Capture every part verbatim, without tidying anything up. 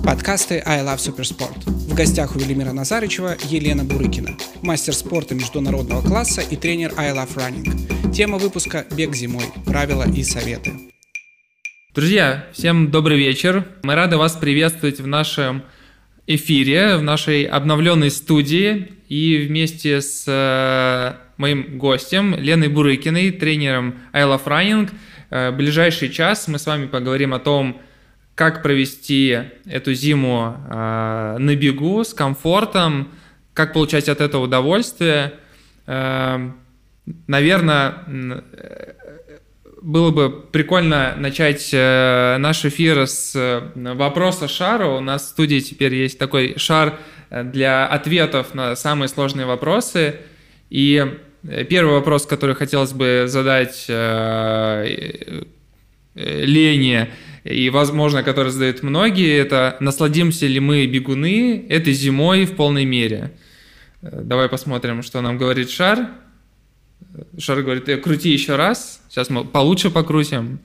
Подкасты I Love Supersport. В гостях у Велимира Назарычева Елена Бурыкина, мастер спорта международного класса и тренер I Love Running. Тема выпуска «Бег зимой. Правила и советы». Друзья, всем добрый вечер. Мы рады вас приветствовать в нашем эфире, в нашей обновленной студии. И вместе с э, моим гостем Леной Бурыкиной, тренером I Love Running, э, в ближайший час мы с вами поговорим о том, как провести эту зиму э, на бегу с комфортом, как получать от этого удовольствие. Э, наверное, было бы прикольно начать э, наш эфир с э, вопроса шара. У нас в студии теперь есть такой шар для ответов на самые сложные вопросы. И первый вопрос, который хотелось бы задать э, э, Лене, и, возможно, который задают многие, это насладимся ли мы, бегуны, этой зимой в полной мере. Давай посмотрим, что нам говорит шар. Шар говорит, крути еще раз. Сейчас мы получше покрутим.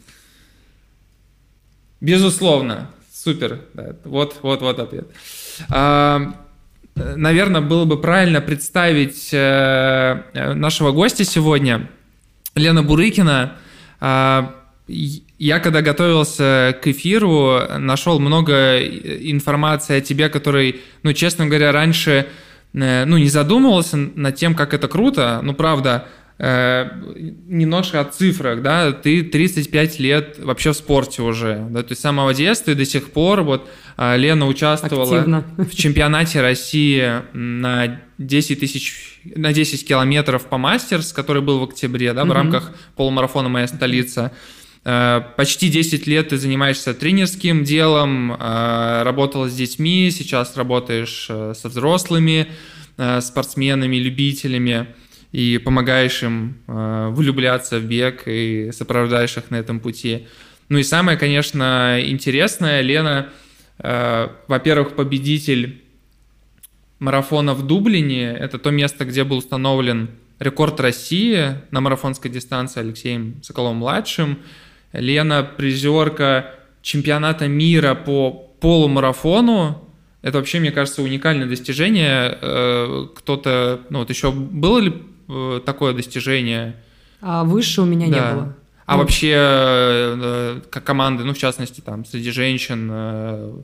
Безусловно. Супер. Да, вот, вот, вот ответ. А, наверное, было бы правильно представить э, нашего гостя сегодня, Лена Бурыкина. А, Я, когда готовился к эфиру, нашел много информации о тебе, которой, ну, честно говоря, раньше, ну, не задумывался над тем, как это круто. Ну, правда, немножко о цифрах, да, ты тридцать пять лет вообще в спорте уже, да, то есть с самого детства и до сих пор, вот, Лена участвовала активно в чемпионате России на десять тысяч, на десять километров по мастерс, который был в октябре, да, в mm-hmm. рамках полумарафона «Моя столица». Почти десять лет ты занимаешься тренерским делом, работала с детьми, сейчас работаешь со взрослыми спортсменами, любителями и помогаешь им влюбляться в бег и сопровождаешь их на этом пути. Ну и самое, конечно, интересное, Лена, во-первых, победитель марафона в Дублине, это то место, где был установлен рекорд России на марафонской дистанции Алексеем Соколовым-младшим. Лена призерка чемпионата мира по полумарафону. Это вообще, мне кажется, уникальное достижение. Кто-то, ну вот еще было ли такое достижение? А выше у меня да. не было. А ну. вообще, как команды, ну в частности, там среди женщин,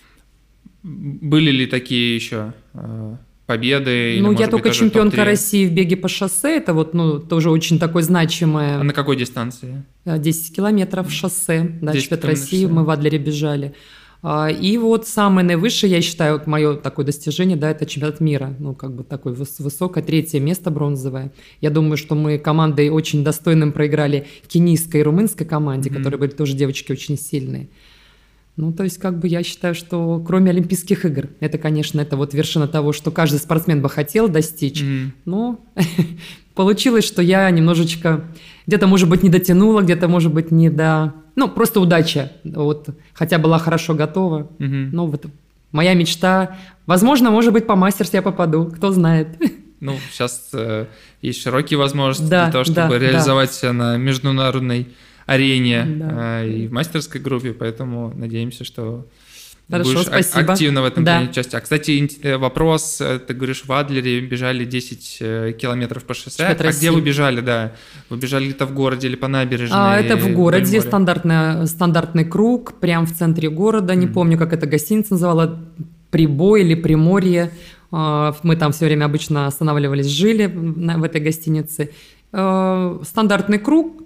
были ли такие еще победы? Ну, или, я только быть, чемпионка России в беге по шоссе, это вот, ну, тоже очень такое значимое. А на какой дистанции? десять километров шоссе, да, чемпионат России, мы в Адлере бежали. И вот самое наивысшее, я считаю, мое такое достижение, да, это чемпионат мира, ну, как бы такое высокое, третье место бронзовое. Я думаю, что мы командой очень достойным проиграли кенийской и румынской команде, mm-hmm. которые были тоже девочки очень сильные. Ну, то есть, как бы я считаю, что кроме Олимпийских игр, это, конечно, это вот вершина того, что каждый спортсмен бы хотел достичь, mm-hmm. но получилось, что я немножечко где-то, может быть, не дотянула, где-то, может быть, не до... Ну, просто удача, вот, хотя была хорошо готова, mm-hmm. но вот моя мечта, возможно, может быть, по мастерс я попаду, кто знает. Ну, сейчас э, есть широкие возможности да, для того, чтобы да, реализовать да. себя на международной арене да. э, и в мастерской группе, поэтому надеемся, что Хорошо, будешь спасибо. активно в этом да. принять участие. А, кстати, вопрос, ты говоришь, в Адлере бежали десять километров по шоссе, а России. Где вы бежали, да? Вы бежали где-то в городе или по набережной? А, это в городе, стандартный, стандартный круг, прямо в центре города, не mm. помню, как это гостиница называла, Прибой или Приморье. Мы там все время обычно останавливались, жили в этой гостинице. Стандартный круг,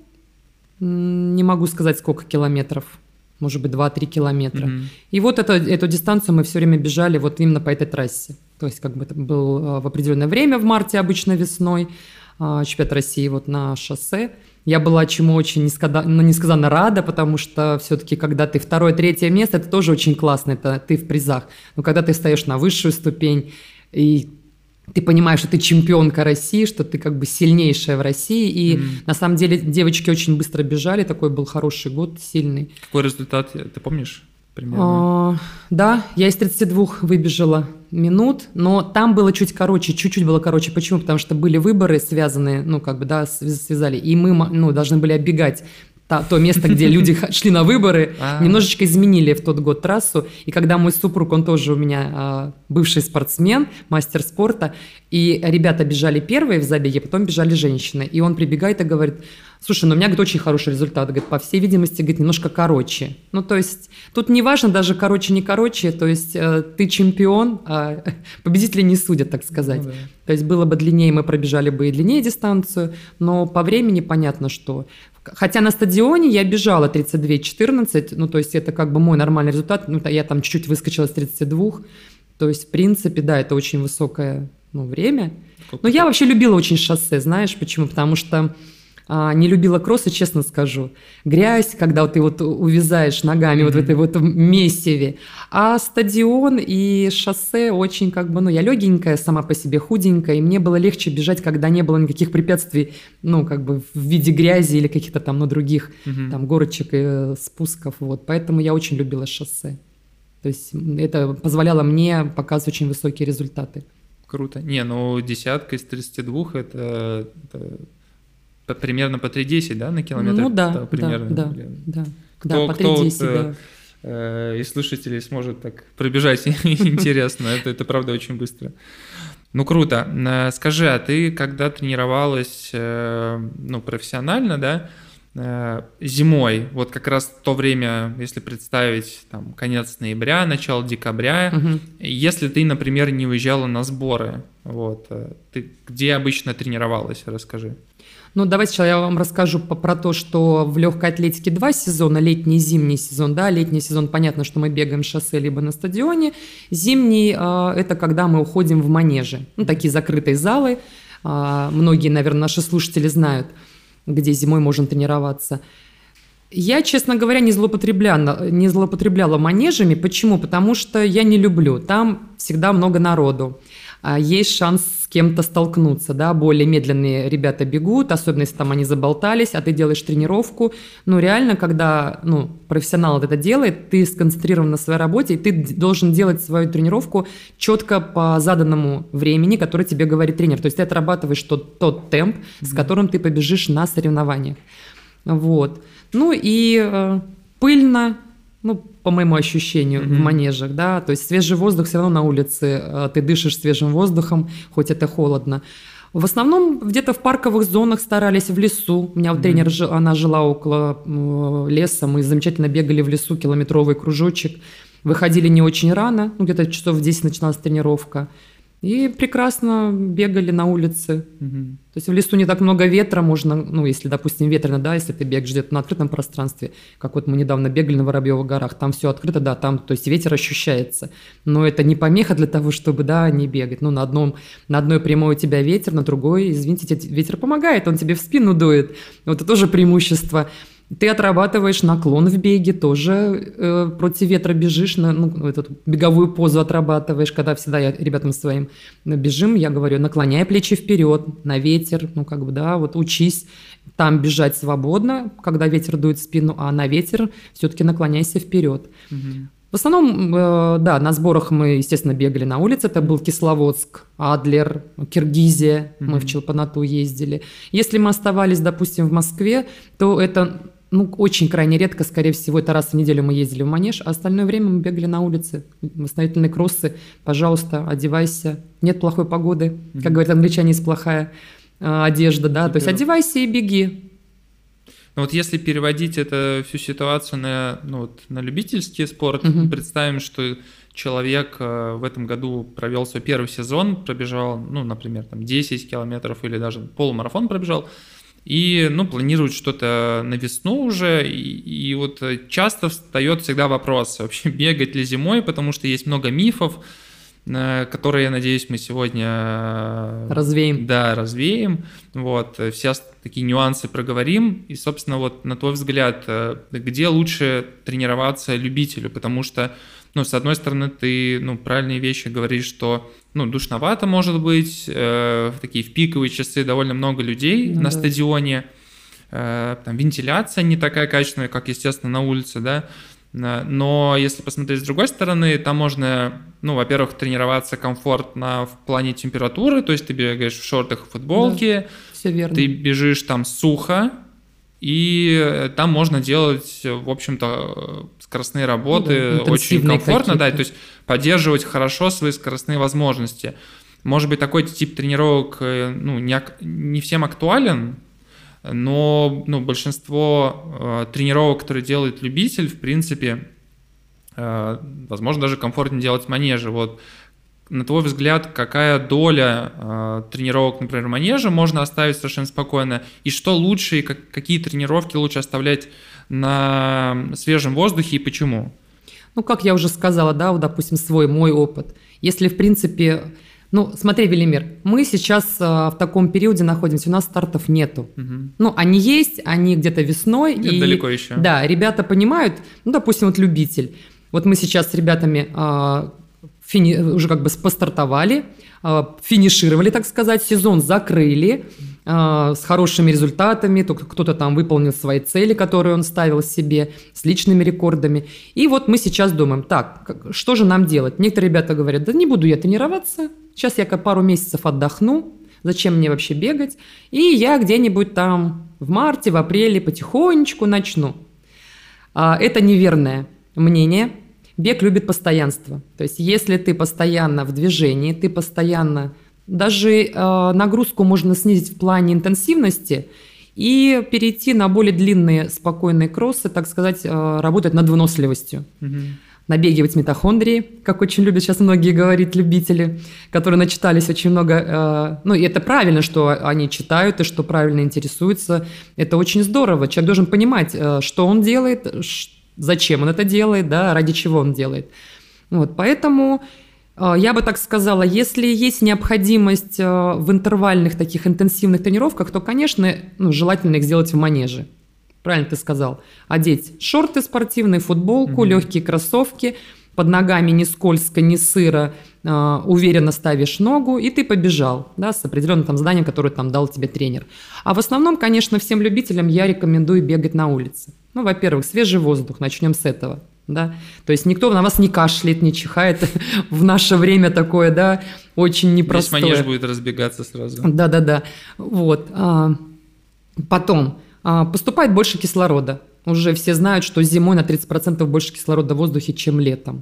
не могу сказать, сколько километров, может быть, два-три километра. Mm-hmm. И вот это, эту дистанцию мы все время бежали вот именно по этой трассе. То есть как бы это было в определенное время, в марте обычно весной, чемпионат России вот на шоссе. Я была чему очень несказанно, несказанно рада, потому что все-таки, когда ты второе, третье место, это тоже очень классно, это ты в призах. Но когда ты встаешь на высшую ступень и ты понимаешь, что ты чемпионка России, что ты как бы сильнейшая в России. И mm. на самом деле девочки очень быстро бежали. Такой был хороший год, сильный. Какой результат, ты помнишь примерно? А, да, я из тридцати двух выбежала минут, но там было чуть короче, чуть-чуть было короче. Почему? Потому что были выборы связанные, ну как бы, да, связали. И мы, ну, должны были оббегать та, то место, где люди шли на выборы, немножечко изменили в тот год трассу. И когда мой супруг, он тоже у меня бывший спортсмен, мастер спорта, и ребята бежали первые в забеге, потом бежали женщины. И он прибегает и говорит: слушай, ну у меня, говорит, очень хороший результат. Говорит, по всей видимости, говорит, немножко короче. Ну, то есть, тут не важно даже короче, не короче. То есть, э, ты чемпион, а победители не судят, так сказать. Ну, да. То есть, было бы длиннее, мы пробежали бы и длиннее дистанцию. Но по времени понятно, что... Хотя на стадионе я бежала тридцать два четырнадцать. Ну, то есть, это как бы мой нормальный результат. Ну, я там чуть-чуть выскочила с тридцати двух. То есть, в принципе, да, это очень высокое, ну, время. Сколько Но я вообще любила очень шоссе. Знаешь почему? Потому что... Не любила кроссы, честно скажу. Грязь, когда вот ты вот увязаешь ногами mm-hmm. вот в этой вот месиве. А стадион и шоссе очень как бы... Ну, я легенькая, сама по себе худенькая, и мне было легче бежать, когда не было никаких препятствий, ну, как бы в виде грязи или каких-то там, ну, других mm-hmm. там горочек и спусков. Вот. Поэтому я очень любила шоссе. То есть это позволяло мне показывать очень высокие результаты. Круто. Не, ну, десятка из тридцати двух это... это... примерно по три десять, да, на километр? Ну да, да, примерно. да, да, кто, да, по кто три десять, вот, да. Э, из слушателей сможет так пробежать, интересно, это, это правда очень быстро. Ну, круто. Скажи, а ты когда тренировалась, ну, профессионально, да, зимой, вот как раз то время, если представить, там, конец ноября, начало декабря, угу. если ты, например, не уезжала на сборы, вот, ты где обычно тренировалась, расскажи. Ну, давайте сначала я вам расскажу по, про то, что в легкой атлетике два сезона, летний и зимний сезон, да, летний сезон, понятно, что мы бегаем шоссе либо на стадионе, зимний э, – это когда мы уходим в манежи, ну, такие закрытые залы, э, многие, наверное, наши слушатели знают, где зимой можно тренироваться. Я, честно говоря, не злоупотребляла, не злоупотребляла манежами. Почему? Потому что я не люблю. Там всегда много народу. Есть шанс с кем-то столкнуться, да, более медленные ребята бегут, особенно если там они заболтались, а ты делаешь тренировку. Ну, реально, когда, ну, профессионал это делает, ты сконцентрирован на своей работе, и ты должен делать свою тренировку четко по заданному времени, которое тебе говорит тренер. То есть ты отрабатываешь тот, тот темп, mm-hmm. с которым ты побежишь на соревнованиях. Вот. Ну и э, пыльно, ну, по моему ощущению, mm-hmm. в манежах, да, то есть свежий воздух все равно на улице, э, ты дышишь свежим воздухом, хоть это холодно. В основном где-то в парковых зонах старались, в лесу. У меня вот mm-hmm. тренер, она жила около э, леса, мы замечательно бегали в лесу, километровый кружочек, выходили не очень рано, ну, где-то часов в десять начиналась тренировка. И прекрасно бегали на улице. Угу. То есть в лесу не так много ветра, можно, ну, если, допустим, ветрено, да, если ты бегаешь где-то на открытом пространстве, как вот мы недавно бегали на Воробьевых горах, там все открыто, да, там, то есть ветер ощущается. Но это не помеха для того, чтобы, да, не бегать. Ну, на одном, на одной прямой у тебя ветер, на другой, извините, ветер помогает, он тебе в спину дует. Вот это тоже преимущество. Ты отрабатываешь наклон в беге, тоже э, против ветра бежишь, на, ну, эту беговую позу отрабатываешь, когда всегда я ребятам своим бежим, я говорю, наклоняй плечи вперед, на ветер, ну как бы, да, вот учись там бежать свободно, когда ветер дует в спину, а на ветер все-таки наклоняйся вперед. Угу. В основном, э, да, на сборах мы, естественно, бегали на улице, это был Кисловодск, Адлер, Киргизия, угу. мы в Чолпанату ездили. Если мы оставались, допустим, в Москве, то это... Ну, очень крайне редко, скорее всего, это раз в неделю мы ездили в манеж, а остальное время мы бегали на улице. Восстановительные кроссы, пожалуйста, одевайся. Нет плохой погоды, mm-hmm. как говорят англичане, есть плохая э, одежда, да, Теперь... то есть одевайся и беги. Ну вот если переводить эту всю ситуацию на, ну, вот, на любительский спорт, mm-hmm. представим, что человек э, в этом году провел свой первый сезон, пробежал, ну, например, там десять километров или даже полумарафон пробежал, и, ну, планируют что-то на весну уже, и, и вот часто встает всегда вопрос, вообще бегать ли зимой, потому что есть много мифов, которые, я надеюсь, мы сегодня развеем. Да, развеем, вот, все такие нюансы проговорим, и, собственно, вот на твой взгляд, где лучше тренироваться любителю, потому что, ну, с одной стороны, ты, ну, правильные вещи говоришь, что, ну, душновато может быть, э, в такие в пиковые часы довольно много людей ну, на да. стадионе, э, там вентиляция не такая качественная, как, естественно, на улице, да, но если посмотреть с другой стороны, там можно, ну, во-первых, тренироваться комфортно в плане температуры, то есть ты бегаешь в шортах и футболке, да, все верно. Ты бежишь там сухо, и там можно делать, в общем-то, скоростные работы, ну, да, очень комфортно, какие-то. да, то есть поддерживать хорошо свои скоростные возможности. Может быть, такой тип тренировок ну, не, не всем актуален, но ну, большинство э, тренировок, которые делает любитель, в принципе, э, возможно, даже комфортнее делать в манеже. Вот, на твой взгляд, какая доля э, тренировок, например, в манеже можно оставить совершенно спокойно? И что лучше, и как, какие тренировки лучше оставлять на свежем воздухе и почему? Ну, как я уже сказала, да, вот, допустим, свой, мой опыт. Если, в принципе... Ну, смотри, Велимир, мы сейчас а, в таком периоде находимся, у нас стартов нету. Угу. Ну, они есть, они где-то весной. Нет, и, далеко еще. Да, ребята понимают, ну, допустим, вот любитель. Вот мы сейчас с ребятами а, фини, уже как бы постартовали, а, финишировали, так сказать, сезон закрыли а, с хорошими результатами, кто-то там выполнил свои цели, которые он ставил себе, с личными рекордами. И вот мы сейчас думаем, так, что же нам делать? Некоторые ребята говорят, да не буду я тренироваться, сейчас я пару месяцев отдохну, зачем мне вообще бегать? И я где-нибудь там в марте, в апреле потихонечку начну. Это неверное мнение. Бег любит постоянство. То есть если ты постоянно в движении, ты постоянно... Даже нагрузку можно снизить в плане интенсивности и перейти на более длинные спокойные кроссы, так сказать, работать над выносливостью. Угу. Набегивать митохондрии, как очень любят сейчас многие говорить любители, которые начитались очень много. Э, ну, и это правильно, что они читают и что правильно интересуются. Это очень здорово. Человек должен понимать, э, что он делает, ш, зачем он это делает, да, ради чего он делает. Вот, поэтому э, я бы так сказала, если есть необходимость э, в интервальных таких интенсивных тренировках, то, конечно, ну, желательно их сделать в манеже. Правильно ты сказал. Одеть шорты спортивные, футболку, mm-hmm. легкие кроссовки, под ногами не скользко, не сыро, э, уверенно ставишь ногу, и ты побежал, да, с определенным там заданием, которое там дал тебе тренер. А в основном, конечно, всем любителям я рекомендую бегать на улице. Ну, во-первых, свежий воздух, начнем с этого. Да? То есть никто на вас не кашляет, не чихает в наше время такое, да, очень непростое. Весь манеж будет разбегаться сразу. Да-да-да. Вот. Потом... Поступает больше кислорода. Уже все знают, что зимой на тридцать процентов больше кислорода в воздухе, чем летом.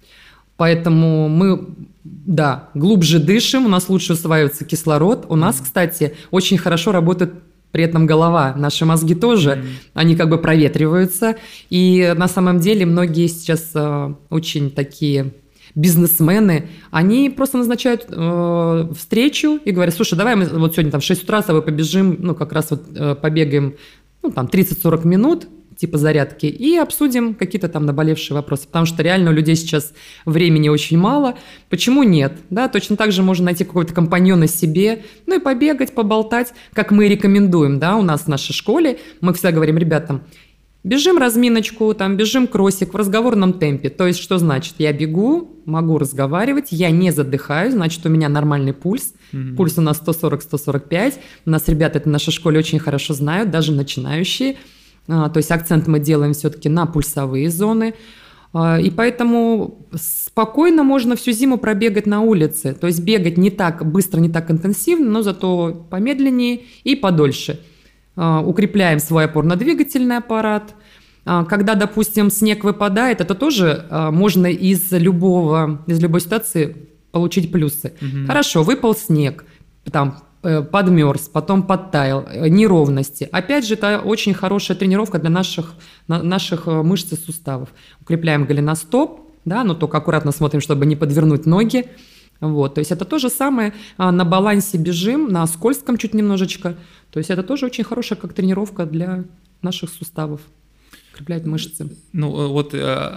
Поэтому мы, да, глубже дышим, у нас лучше усваивается кислород. У нас, кстати, очень хорошо работает при этом голова. Наши мозги тоже, mm-hmm. они как бы проветриваются. И на самом деле многие сейчас э, очень такие... бизнесмены, они просто назначают э, встречу и говорят, слушай, давай мы вот сегодня там в шесть утра с тобой побежим, ну, как раз вот э, побегаем, ну, там, тридцать-сорок минут, типа зарядки, и обсудим какие-то там наболевшие вопросы, потому что реально у людей сейчас времени очень мало. Почему нет? Да, точно так же можно найти какого-то компаньона себе, ну, и побегать, поболтать, как мы рекомендуем, да, у нас в нашей школе, мы всегда говорим ребятам, бежим разминочку, там, бежим кроссик в разговорном темпе. То есть, что значит? Я бегу, могу разговаривать, я не задыхаюсь, значит, у меня нормальный пульс. Mm-hmm. Пульс у нас сто сорок - сто сорок пять. У нас ребята это в нашей школе очень хорошо знают, даже начинающие. А, то есть, акцент мы делаем все-таки на пульсовые зоны. А, и поэтому спокойно можно всю зиму пробегать на улице. То есть, бегать не так быстро, не так интенсивно, но зато помедленнее и подольше. Укрепляем свой опорно-двигательный аппарат. Когда, допустим, снег выпадает, это тоже можно из любого, из любой ситуации получить плюсы. Угу. Хорошо, выпал снег, там, подмерз, потом подтаял, неровности. Опять же, это очень хорошая тренировка для наших, наших мышц и суставов. Укрепляем голеностоп, да, но только аккуратно смотрим, чтобы не подвернуть ноги. Вот, то есть это то же самое, на балансе бежим, на скользком чуть немножечко. То есть это тоже очень хорошая как тренировка для наших суставов, укрепляет мышцы. Ну вот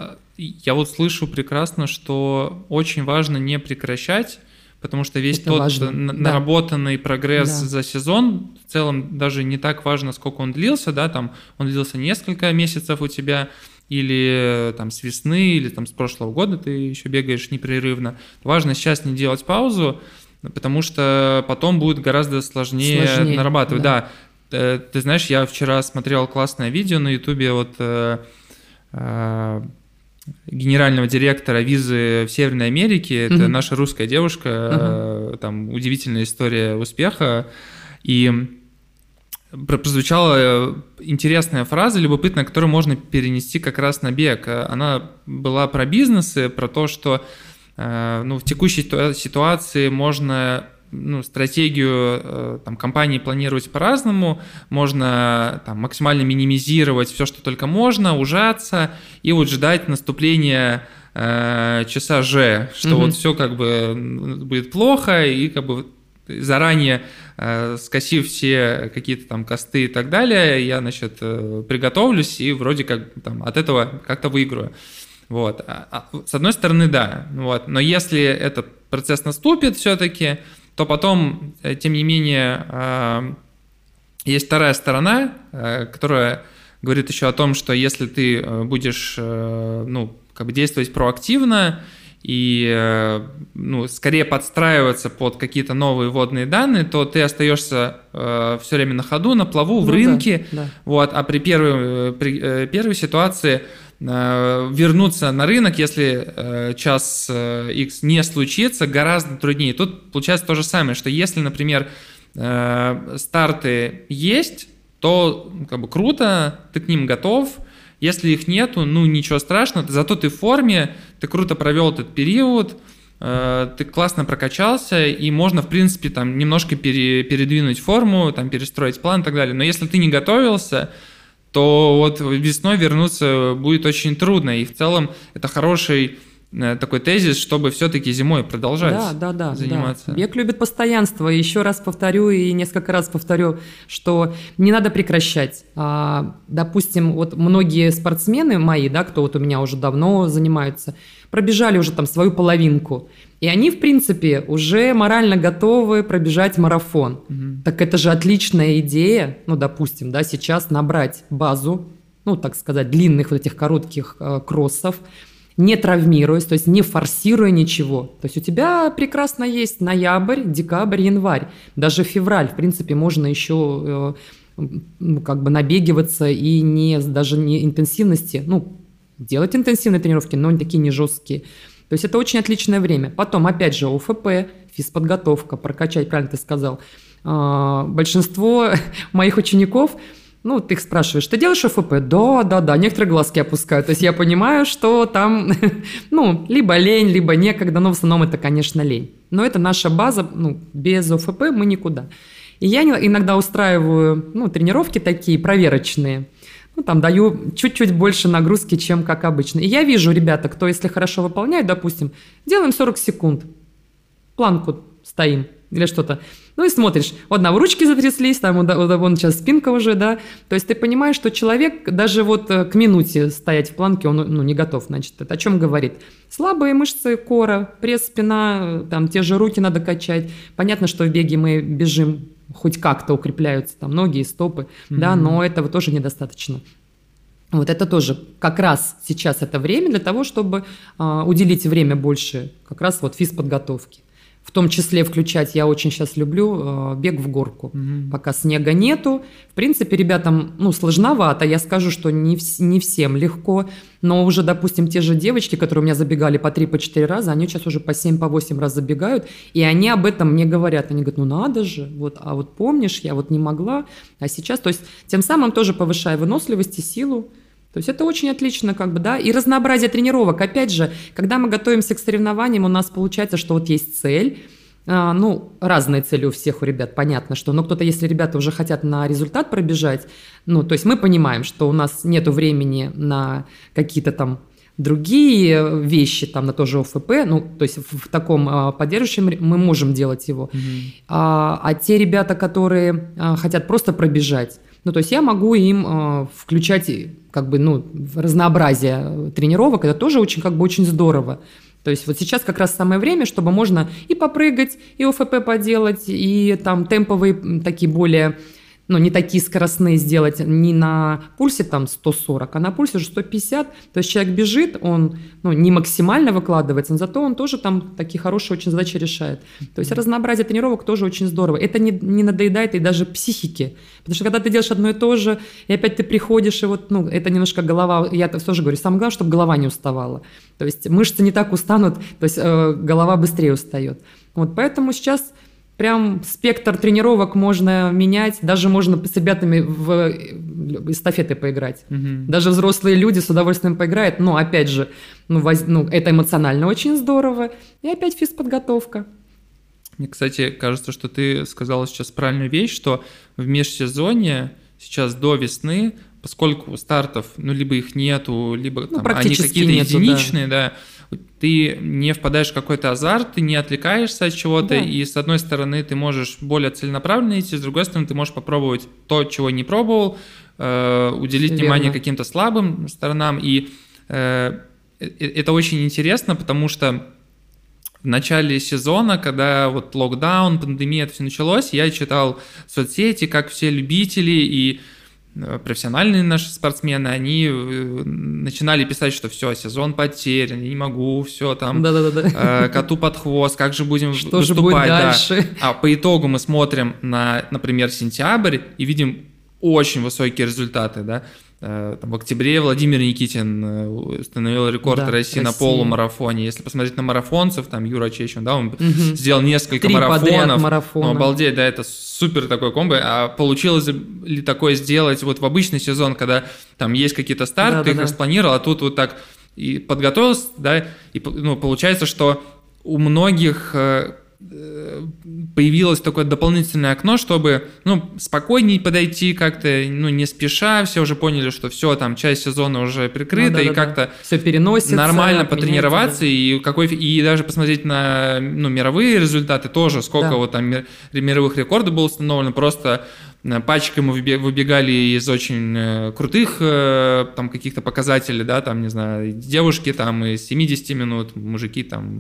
я вот слышу прекрасно, что очень важно не прекращать, потому что весь это тот важно. наработанный да. прогресс да. за сезон, в целом даже не так важно, сколько он длился, да, там он длился несколько месяцев у тебя, или там с весны, или там с прошлого года ты еще бегаешь непрерывно. Важно сейчас не делать паузу, потому что потом будет гораздо сложнее, сложнее нарабатывать. Да. Да. Ты знаешь, я вчера смотрел классное видео на ютубе от э, э, генерального директора визы в Северной Америке. Это mm-hmm. наша русская девушка, mm-hmm. э, там удивительная история успеха. И прозвучала интересная фраза, любопытная, которую можно перенести как раз на бег. Она была про бизнесы, про то, что ну, в текущей ситуации можно ну, стратегию там, компании планировать по-разному, можно там, максимально минимизировать все, что только можно, ужаться и вот ждать наступления э, часа Ж, что mm-hmm. вот все как бы будет плохо и как бы заранее э, скосив все какие-то там косты и так далее, я, значит, э, приготовлюсь и вроде как там, от этого как-то выиграю. Вот. А, а, с одной стороны, да. Вот. Но если этот процесс наступит все-таки, то потом, э, тем не менее, э, есть вторая сторона, э, которая говорит еще о том, что если ты будешь э, ну, как бы действовать проактивно, и ну, скорее подстраиваться под какие-то новые вводные данные, то ты остаешься э, все время на ходу, на плаву, в ну, рынке. Да, да. Вот, а при первой, при, э, первой ситуации э, вернуться на рынок, если э, час э, X не случится, гораздо труднее. Тут получается то же самое, что если, например, э, старты есть, то как бы круто, ты к ним готов. Если их нету, ну ничего страшного, зато ты в форме, ты круто провел этот период, э, ты классно прокачался, и можно, в принципе, там немножко пере, передвинуть форму, там, перестроить план и так далее. Но если ты не готовился, то вот весной вернуться будет очень трудно, и в целом это хороший такой тезис, чтобы все-таки зимой продолжать да, да, да, заниматься. Да. Бег любит постоянство. Еще раз повторю и несколько раз повторю, что не надо прекращать. А, допустим, вот многие спортсмены мои, да, кто вот у меня уже давно занимаются, пробежали уже там свою половинку. И они, в принципе, уже морально готовы пробежать марафон. Угу. Так это же отличная идея, ну, допустим, да, сейчас набрать базу, ну, так сказать, длинных вот этих коротких э, кроссов, не травмируясь, то есть не форсируя ничего. То есть у тебя прекрасно есть ноябрь, декабрь, январь, даже февраль. В принципе, можно еще э, ну, как бы набегиваться и не, даже не интенсивности, ну, делать интенсивные тренировки, но такие не жесткие. То есть это очень отличное время. Потом, опять же, ОФП, физподготовка, прокачать, правильно ты сказал. Э, большинство моих учеников... Ну, ты их спрашиваешь, ты делаешь ОФП? Да, да, да, некоторые глазки опускают. То есть я понимаю, что там, ну, либо лень, либо некогда, но в основном это, конечно, лень. Но это наша база, ну, без ОФП мы никуда. И я иногда устраиваю, ну, тренировки такие проверочные. Ну, там даю чуть-чуть больше нагрузки, чем как обычно. И я вижу, ребята, кто, если хорошо выполняет, допустим, делаем сорок секунд, планку стоим или что-то. Ну и смотришь, у одного ручки затряслись, там вон сейчас спинка уже, да. То есть ты понимаешь, что человек даже вот к минуте стоять в планке, он ну, не готов. Значит, это о чем говорит? Слабые мышцы кора, пресс, спина, там те же руки надо качать. Понятно, что в беге мы бежим, хоть как-то укрепляются там ноги и стопы, mm-hmm. да, но этого тоже недостаточно. Вот это тоже как раз сейчас это время для того, чтобы а, уделить время больше как раз вот физподготовке. В том числе включать, я очень сейчас люблю э, бег в горку. Mm-hmm. Пока снега нету. В принципе, ребятам, ну, сложновато. Я скажу, что не, вс- не всем легко. Но уже, допустим, те же девочки, которые у меня забегали по три-четыре раза, они сейчас уже по семь-восемь раз забегают. И они об этом мне говорят. Они говорят, ну надо же. Вот, а вот помнишь, я вот не могла. А сейчас, то есть, тем самым тоже повышая выносливость и силу. То есть это очень отлично, как бы, да, и разнообразие тренировок. Опять же, когда мы готовимся к соревнованиям, у нас получается, что вот есть цель, а, ну, разные цели у всех, у ребят, понятно, что, но кто-то, если ребята уже хотят на результат пробежать, ну, то есть мы понимаем, что у нас нету времени на какие-то там другие вещи, там, на то же ОФП, ну, то есть в, в таком а, поддерживающем мы можем делать его. Mm-hmm. А, а те ребята, которые а, хотят просто пробежать, ну, то есть я могу им э, включать как бы, ну, разнообразие тренировок, это тоже очень, как бы, очень здорово. То есть вот сейчас как раз самое время, чтобы можно и попрыгать, и ОФП поделать, и там темповые такие более, ну, не такие скоростные сделать, не на пульсе там сто сорок, а на пульсе уже сто пятьдесят. То есть человек бежит, он, ну, не максимально выкладывается, но зато он тоже там такие хорошие очень задачи решает. То есть разнообразие тренировок тоже очень здорово. Это не, не надоедает и даже психике. Потому что когда ты делаешь одно и то же, и опять ты приходишь, и вот, ну, это немножко голова, я тоже говорю, самое главное, чтобы голова не уставала. То есть мышцы не так устанут, то есть э, голова быстрее устает. Вот поэтому сейчас Прям спектр тренировок можно менять, даже можно с ребятами в эстафеты поиграть. Угу. Даже взрослые люди с удовольствием поиграют, но опять же, ну, воз... ну, это эмоционально очень здорово, и опять физподготовка. Мне, кстати, кажется, что ты сказала сейчас правильную вещь, что в межсезонье сейчас до весны, поскольку стартов, ну, либо их нету, либо ну, там, они какие-то нету, единичные, да. да, ты не впадаешь в какой-то азарт, ты не отвлекаешься от чего-то, да. И с одной стороны ты можешь более целенаправленно идти, с другой стороны ты можешь попробовать то, чего не пробовал, э, уделить Верно. внимание каким-то слабым сторонам, и э, это очень интересно, потому что в начале сезона, когда вот локдаун, пандемия, это все началось, я читал соцсети, как все любители и профессиональные наши спортсмены, они начинали писать, что все, сезон потерян, я не могу, все там, э, коту под хвост, как же будем что выступать. Же будет дальше? Да. А по итогу мы смотрим на, например, сентябрь и видим очень высокие результаты, да. Там, в октябре Владимир Никитин установил рекорд да, России Россия. на полумарафоне. Если посмотреть на марафонцев, там Юра Чечин, да, он угу. сделал несколько Три марафонов. марафона. Ну, обалдеть, да, это супер такой комбо. А получилось ли такое сделать вот в обычный сезон, когда там есть какие-то старты, да, ты да, их да. распланировал, а тут вот так и подготовился, да, и ну, получается, что у многих появилось такое дополнительное окно, чтобы ну, спокойнее подойти как-то, ну, не спеша, все уже поняли, что все, там, часть сезона уже прикрыта, ну, да, и да, как-то да. все переносится, нормально потренироваться, да. и, какой, и даже посмотреть на ну, мировые результаты тоже, сколько да. вот там мировых рекордов было установлено, просто пачками выбегали из очень крутых там каких-то показателей, да, там, не знаю, девушки там из семидесяти минут, мужики там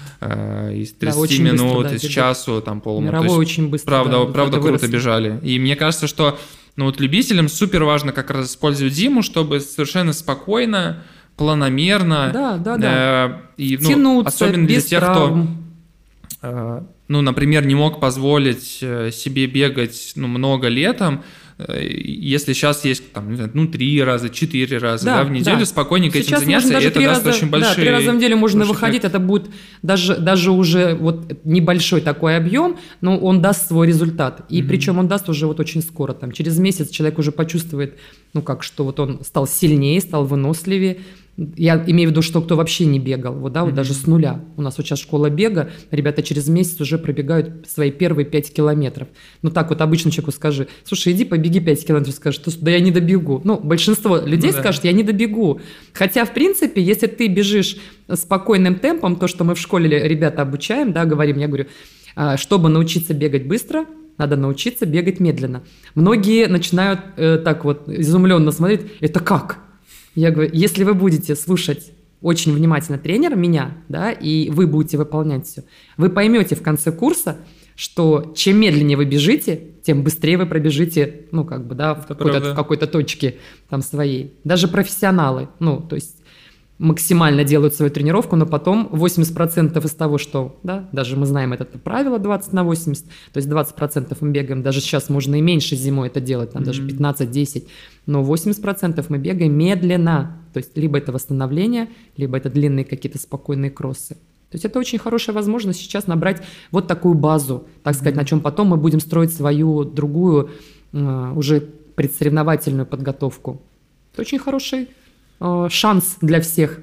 из тридцати да, минут, быстро, да, из часу, там, полумарафон. Мировой очень быстро. Правда, да, правда круто выросли. бежали. И мне кажется, что ну, вот любителям супер важно как раз использовать зиму, чтобы совершенно спокойно, планомерно да, да, да. Э, и, ну, тянуться, особенно для тех, травм. кто, э, ну, например, не мог позволить себе бегать ну, много летом. Если сейчас есть там, не знаю, ну, три раза, четыре раза да, да, в неделю, да. спокойненько сейчас этим заняться, даже это даст раза, очень большие... Да, три раза в неделю можно выходить, эффект. Это будет даже, даже уже вот небольшой такой объем, но он даст свой результат. И mm-hmm. причем он даст уже вот очень скоро. Там, через месяц человек уже почувствует, ну как, что вот он стал сильнее, стал выносливее. Я имею в виду, что кто вообще не бегал, вот, да, вот mm-hmm. даже с нуля. У нас вот сейчас школа бега, ребята через месяц уже пробегают свои первые пять километров. Ну так вот обычно человеку скажи, слушай, иди побеги пять километров, скажешь, да я не добегу. Ну, большинство людей ну, скажут, да. я не добегу. Хотя, в принципе, если ты бежишь спокойным темпом, то, что мы в школе ребята обучаем, да, говорим, я говорю, чтобы научиться бегать быстро, надо научиться бегать медленно. Многие начинают э, так вот изумленно смотреть, это как? Я говорю, если вы будете слушать очень внимательно тренера, меня, да, и вы будете выполнять все, вы поймете в конце курса, что чем медленнее вы бежите, тем быстрее вы пробежите, ну, как бы, да, в какой-то, в какой-то точке там своей. Даже профессионалы, ну, то есть максимально делают свою тренировку, но потом восемьдесят процентов из того, что, да, даже мы знаем это правило двадцать на восемьдесят, то есть двадцать процентов мы бегаем, даже сейчас можно и меньше зимой это делать, там mm-hmm. даже пятнадцать-десять, но восемьдесят процентов мы бегаем медленно, то есть либо это восстановление, либо это длинные какие-то спокойные кроссы. То есть это очень хорошая возможность сейчас набрать вот такую базу, так сказать, mm-hmm. на чем потом мы будем строить свою другую, уже предсоревновательную подготовку. Это очень хороший шанс для всех.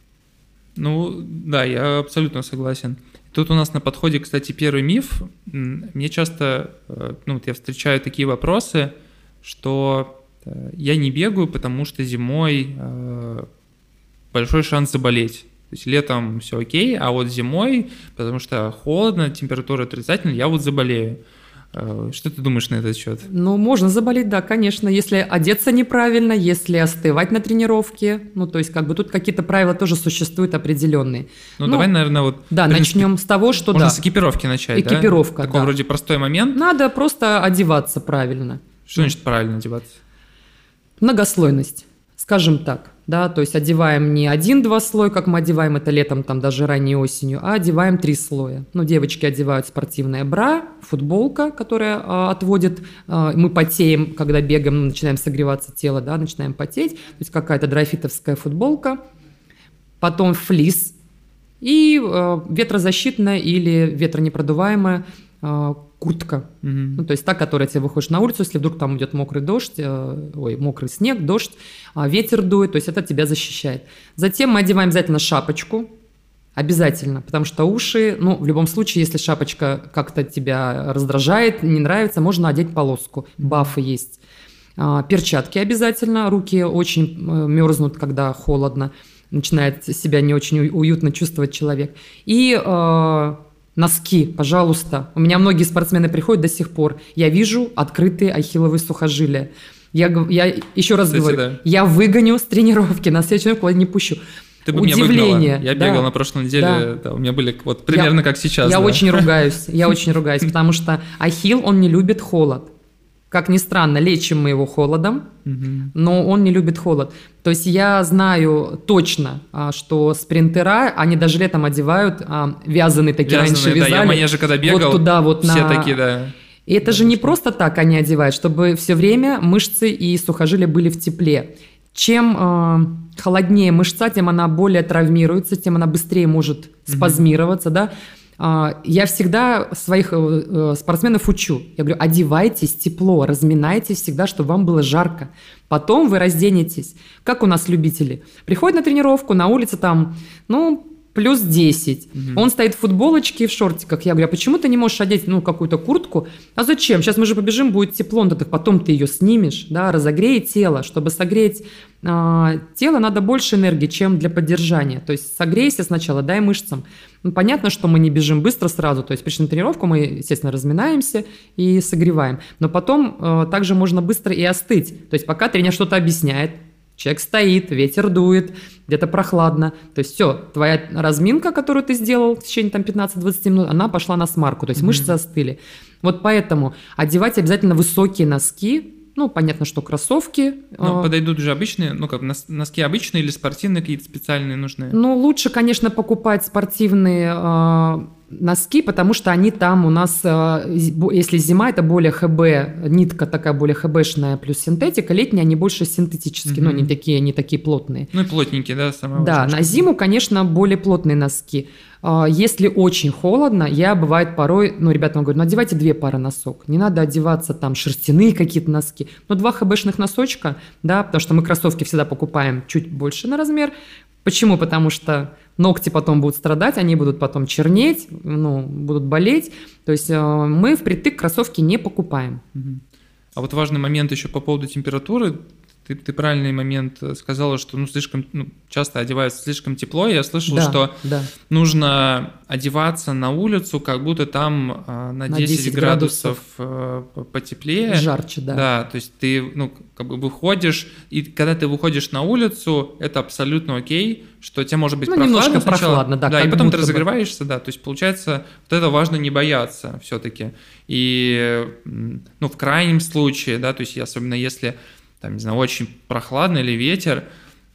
Ну, да, я абсолютно согласен. Тут у нас на подходе, кстати, первый миф. Мне часто, ну, вот я встречаю такие вопросы, что я не бегаю, потому что зимой большой шанс заболеть. То есть летом все окей, а вот зимой, потому что холодно, температура отрицательная, я вот заболею. Что ты думаешь на этот счет? Ну, можно заболеть, да, конечно, если одеться неправильно, если остывать на тренировке. Ну, то есть, как бы тут какие-то правила тоже существуют определенные. Ну, ну давай, наверное, вот... Да, принципе, начнем с того, что можно да. с экипировки начать, Экипировка, да? Такой да. вроде простой момент. Надо просто одеваться правильно. Что значит правильно одеваться? Многослойность, скажем так. Да, то есть одеваем не один-два слоя, как мы одеваем это летом, там даже ранней осенью, а одеваем три слоя. Ну, девочки одевают спортивное бра, футболка, которая а, отводит, а, мы потеем, когда бегаем, начинаем согреваться тело, да, начинаем потеть, то есть какая-то драфитовская футболка, потом флис и а, ветрозащитная или ветронепродуваемая э, куртка. Угу. Ну, то есть та, которая тебе выходишь на улицу, если вдруг там идет мокрый дождь, э, ой, мокрый снег, дождь, э, ветер дует, то есть это тебя защищает. Затем мы одеваем обязательно шапочку, обязательно, потому что уши, ну, в любом случае, если шапочка как-то тебя раздражает, не нравится, можно одеть полоску, бафы есть. Э, перчатки обязательно, руки очень э, мерзнут, когда холодно, начинает себя не очень уютно чувствовать человек. И... Э, носки, пожалуйста. У меня многие спортсмены приходят до сих пор. Я вижу открытые ахилловые сухожилия. Я, я еще раз Кстати, говорю, да. я выгоню с тренировки, на следующий год не пущу. Ты бы Удивление. Меня выгнала. Я да. бегал на прошлой неделе, да. Да, у меня были вот примерно я, как сейчас. Я да. очень ругаюсь, я очень ругаюсь, потому что ахилл, он не любит холод. Как ни странно, лечим мы его холодом, угу. но он не любит холод. То есть я знаю точно, что спринтера, они даже летом одевают вязаные такие, вязаные, раньше вязали. Да, я в манеже когда бегал, вот туда, вот все на... такие, да. И это да, же не просто так они одевают, чтобы все время мышцы и сухожилия были в тепле. Чем э, холоднее мышца, тем она более травмируется, тем она быстрее может спазмироваться, угу. да. Я всегда своих спортсменов учу. Я говорю, одевайтесь тепло, разминайтесь всегда, чтобы вам было жарко. Потом вы разденетесь. Как у нас любители. Приходят на тренировку, на улице там, ну, плюс десять. Угу. Он стоит в футболочке и в шортиках. Я говорю, а почему ты не можешь одеть, ну, какую-то куртку? А зачем? Сейчас мы же побежим, будет тепло. Ну, так потом ты ее снимешь, да, разогрей тело. Чтобы согреть э, тело, надо больше энергии, чем для поддержания. То есть согрейся сначала, дай мышцам. Ну, понятно, что мы не бежим быстро сразу. То есть пришли на тренировку, мы, естественно, разминаемся и согреваем. Но потом э, также можно быстро и остыть. То есть пока тренер что-то объясняет, человек стоит, ветер дует, где-то прохладно. То есть все, твоя разминка, которую ты сделал в течение там, пятнадцать-двадцать минут, она пошла на смарку, то есть mm-hmm. мышцы остыли. Вот поэтому одевать обязательно высокие носки. Ну, понятно, что кроссовки. Ну, э- подойдут же обычные, ну как, носки обычные или спортивные какие-то специальные нужны? Ну, лучше, конечно, покупать спортивные э- носки, потому что они там у нас, если зима, это более ХБ, нитка такая более ХБшная плюс синтетика, летние они больше синтетические, mm-hmm. но не такие, не такие плотные. Ну и плотненькие, да, самое Да, важное. На зиму, конечно, более плотные носки. Если очень холодно, я, бывает, порой, ну, ребятам говорю, ну, одевайте две пары носок, не надо одеваться там шерстяные какие-то носки, но два ХБшных носочка, да, потому что мы кроссовки всегда покупаем чуть больше на размер. Почему? Потому что ногти потом будут страдать, они будут потом чернеть, ну, будут болеть. То есть э, мы впритык кроссовки не покупаем. А вот важный момент еще по поводу температуры. Ты, ты правильный момент сказала, что ну, слишком ну, часто одеваются слишком тепло. Я слышал, да, что да. нужно одеваться на улицу, как будто там э, на, на десять, десять градусов, градусов э, потеплее. Жарче, да. Да, то есть ты ну, как бы выходишь, и когда ты выходишь на улицу, это абсолютно окей, что тебе может быть ну, прохладно немножко сначала, прохладно, да. Да, и потом ты бы... разогреваешься, да. То есть получается, вот это важно не бояться все-таки. И ну, в крайнем случае, да, то есть особенно если там, не знаю, очень прохладно или ветер,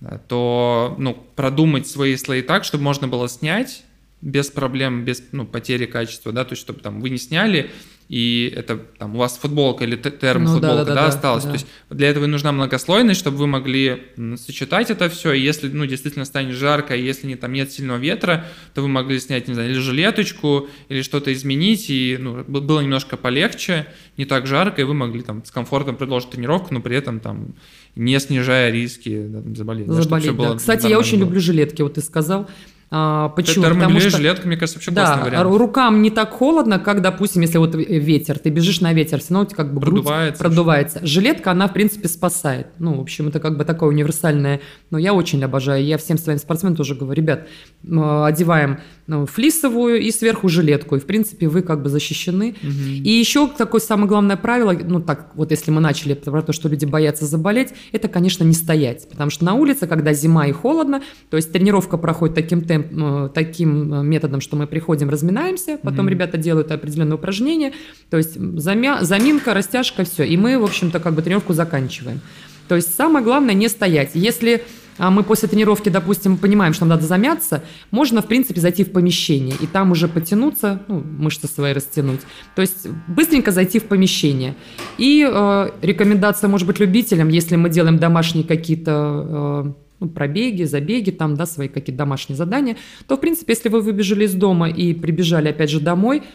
то ну, продумать свои слои так, чтобы можно было снять без проблем, без ну, потери качества, да, то есть чтобы там вы не сняли, и это там у вас футболка или термофутболка, ну, да, да, да, да, осталась. Да. То есть для этого и нужна многослойность, чтобы вы могли сочетать это все, и если ну, действительно станет жарко, и если не, там нет сильного ветра, то вы могли снять, не знаю, или жилеточку, или что-то изменить, и ну, было немножко полегче, не так жарко, и вы могли там с комфортом продолжить тренировку, но при этом там не снижая риски да, там, заболеть. Заболеть, да. да. Кстати, я очень было. люблю жилетки, вот ты сказал. А, почему? Потому что жилетка, мне кажется, вообще да, классный вариант. Рукам не так холодно, как, допустим, если вот ветер, ты бежишь на ветер, все равно как бы продувается. продувается. Жилетка, она, в принципе, спасает. Ну, в общем, это как бы такое универсальное, но я очень обожаю. Я всем своим спортсменам тоже говорю, ребят, одеваем флисовую и сверху жилетку, и, в принципе, вы как бы защищены. Угу. И еще такое самое главное правило, ну, так вот, если мы начали про то, что люди боятся заболеть, это, конечно, не стоять, потому что на улице, когда зима и холодно, то есть тренировка проходит таким темпом, таким методом, что мы приходим, разминаемся, потом mm-hmm. ребята делают определенные упражнения, то есть замя... заминка, растяжка, все, и мы, в общем-то, как бы тренировку заканчиваем. То есть самое главное не стоять. Если а, мы после тренировки, допустим, понимаем, что нам надо замяться, можно, в принципе, зайти в помещение и там уже потянуться, ну, мышцы свои растянуть. То есть быстренько зайти в помещение. И э, рекомендация, может быть, любителям, если мы делаем домашние какие-то э, ну, пробеги, забеги, там, да, свои какие-то домашние задания, то, в принципе, если вы выбежали из дома и прибежали, опять же, домой,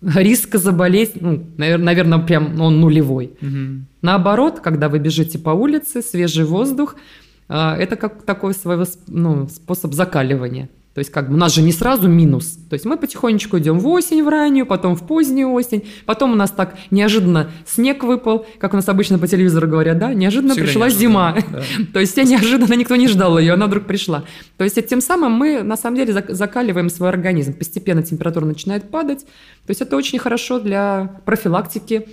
риска заболеть, ну, наверное, прям он нулевой. Угу. Наоборот, когда вы бежите по улице, свежий воздух, это как такой свой, ну, способ закаливания. То есть как бы у нас же не сразу минус. То есть мы потихонечку идем в осень, в раннюю, потом в позднюю осень. Потом у нас так неожиданно снег выпал, как у нас обычно по телевизору говорят, да, неожиданно Всегда пришла неожиданно, зима. да. То есть неожиданно никто не ждал ее, она вдруг пришла. То есть тем самым мы на самом деле закаливаем свой организм. Постепенно температура начинает падать. То есть это очень хорошо для профилактики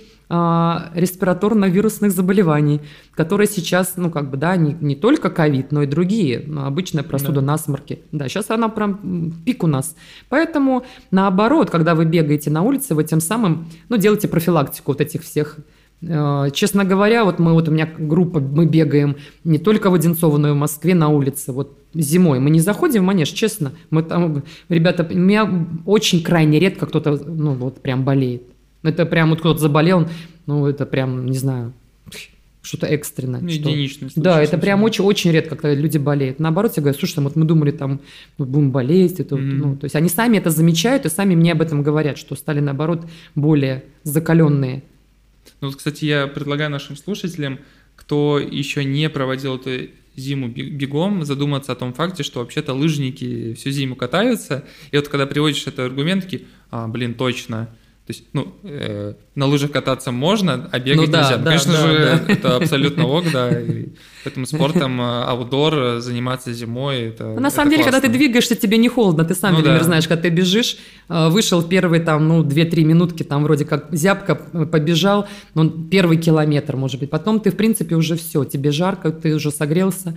респираторно-вирусных заболеваний, которые сейчас, ну, как бы, да, не, не только ковид, но и другие, ну, обычная простуда, да. насморки. Да, сейчас она прям пик у нас. Поэтому, наоборот, когда вы бегаете на улице, вы тем самым, ну, делаете профилактику вот этих всех. Честно говоря, вот мы, вот у меня группа, мы бегаем не только в Одинцово, но и в Москве на улице, вот зимой. Мы не заходим в манеж, честно. Мы там, ребята, у меня очень крайне редко кто-то, ну, вот прям болеет. Это прям вот кто-то заболел, ну, это прям, не знаю, что-то экстренное. Ну, что... единичный случай. Да, это прям очень-очень редко, когда люди болеют. Наоборот, я говорю, слушай, вот мы думали, там, будем болеть. Это, mm-hmm. ну, то есть они сами это замечают и сами мне об этом говорят, что стали, наоборот, более закаленные. Ну, вот, кстати, я предлагаю нашим слушателям, кто еще не проводил эту зиму бегом, задуматься о том факте, что вообще-то лыжники всю зиму катаются, и вот когда приводишь этот аргумент, такие, а, блин, точно. То есть, ну, э, на лыжах кататься можно, а бегать ну, да, нельзя. Да, Конечно да, же, да. это абсолютно ок, да. И поэтому спортом аутдор заниматься зимой, это ну, На самом это деле, классно. когда ты двигаешься, тебе не холодно. Ты сам, ну, Велимир, да. знаешь, когда ты бежишь, вышел в первые там, ну, две-три минутки, там вроде как зябко побежал, ну, первый километр, может быть. Потом ты, в принципе, уже все, тебе жарко, ты уже согрелся.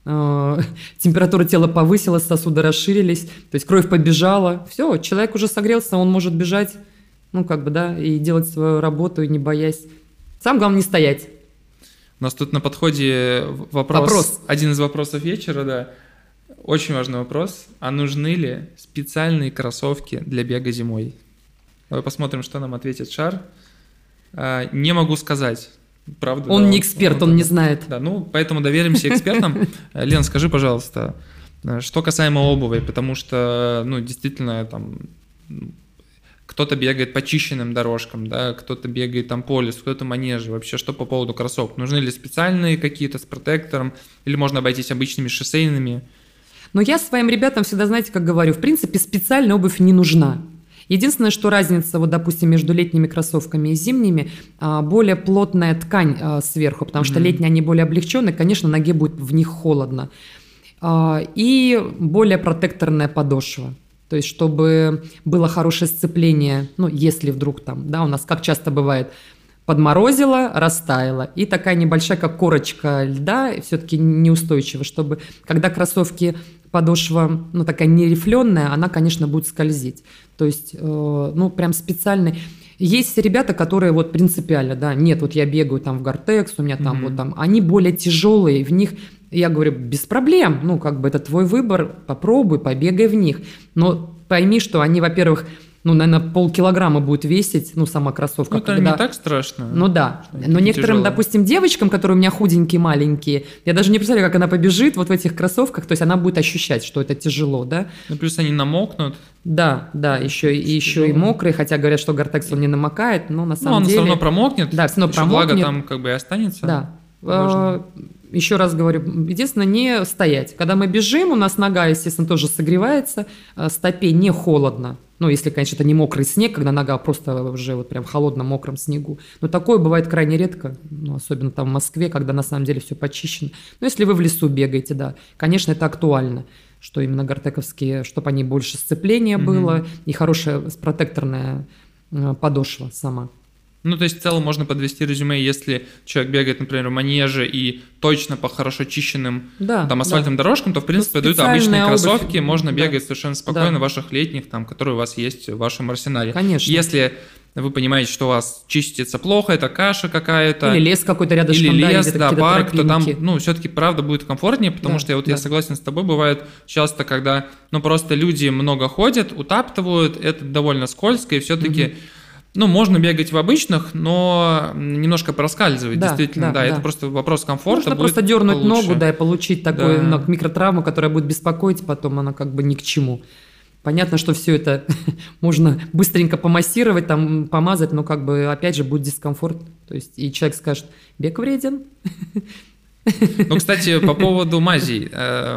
Температура тела повысилась, сосуды расширились, то есть кровь побежала. Все, человек уже согрелся, он может бежать. Ну, как бы, да, и делать свою работу, и не боясь. Самое главное, не стоять. У нас тут на подходе вопрос, вопрос. Один из вопросов вечера, да. Очень важный вопрос. А нужны ли специальные кроссовки для бега зимой? Давай посмотрим, что нам ответит Шар. А, не могу сказать. Правда, он да, не эксперт, он, он не знает. Да, ну, поэтому доверимся экспертам. Лен, скажи, пожалуйста, что касаемо обуви, потому что, ну, действительно, там... Кто-то бегает по чищенным дорожкам, да, кто-то бегает там по лесу, кто-то манежи. Вообще, что по поводу кроссовок? Нужны ли специальные какие-то с протектором? Или можно обойтись обычными шоссейными? Но я своим ребятам всегда, знаете, как говорю, в принципе, специальная обувь не нужна. Единственное, что разница, вот, допустим, между летними кроссовками и зимними, более плотная ткань сверху, потому mm-hmm. что летние, они более облегченные, конечно, ноге будет в них холодно. И более протекторная подошва. То есть, чтобы было хорошее сцепление, ну, если вдруг там, да, у нас как часто бывает, подморозило, растаяло, и такая небольшая, как корочка льда, все-таки неустойчива, чтобы, когда кроссовки, подошва, ну, такая нерифленая, она, конечно, будет скользить. То есть, э, ну, прям специальный. Есть ребята, которые вот принципиально, да, нет, вот я бегаю там в Гортекс, у меня там mm-hmm. вот там, они более тяжелые, в них... Я говорю, без проблем, ну, как бы это твой выбор, попробуй, побегай в них. Но пойми, что они, во-первых, ну, наверное, полкилограмма будет весить, ну, сама кроссовка. Ну, это когда... не так страшно. Ну, да. Но некоторым, тяжело. Допустим, девочкам, которые у меня худенькие, маленькие, я даже не представляю, как она побежит вот в этих кроссовках, то есть она будет ощущать, что это тяжело, да. Ну, плюс они намокнут. Да, да, еще, и, еще и мокрые, хотя говорят, что Гортекс он не намокает, но на самом ну, он деле... все равно промокнет, да, все равно промокнет. Влага там как бы и останется. Да. Важно. Еще раз говорю, единственное, не стоять. Когда мы бежим, у нас нога, естественно, тоже согревается, стопе не холодно. Ну, если, конечно, это не мокрый снег, когда нога просто уже вот прям в холодном мокром снегу. Но такое бывает крайне редко, ну, особенно там в Москве, когда на самом деле все почищено. Но если вы в лесу бегаете, да, конечно, это актуально, что именно гортековские, чтобы они больше сцепления mm-hmm. было и хорошая протекторная подошва сама. Ну, то есть в целом можно подвести резюме, если человек бегает, например, в манеже и точно по хорошо чищенным да, там, асфальтовым да. дорожкам, то, в принципе, дают обычные кроссовки, обувь. Можно да. бегать совершенно спокойно да. ваших летних, там, которые у вас есть в вашем арсенале. Конечно. Если вы понимаете, что у вас чистится плохо, это каша какая-то. Или лес какой-то рядышком. Или да, лес, да, парк, то там, тропинки. ну, все-таки, правда, будет комфортнее, потому да, что вот да. я согласен с тобой, бывает часто, когда, ну, просто люди много ходят, утаптывают, это довольно скользко, и все-таки... Угу. Ну, можно бегать в обычных, но немножко проскальзывать, да, действительно, да, да, да, это просто вопрос комфорта. Можно просто дернуть получше. Ногу, да, и получить такую да. микротравму, которая будет беспокоить, потом она как бы ни к чему. Понятно, что все это можно быстренько помассировать, там, помазать, но как бы опять же будет дискомфорт. То есть и человек скажет, бег вреден. Ну, кстати, по поводу мазей,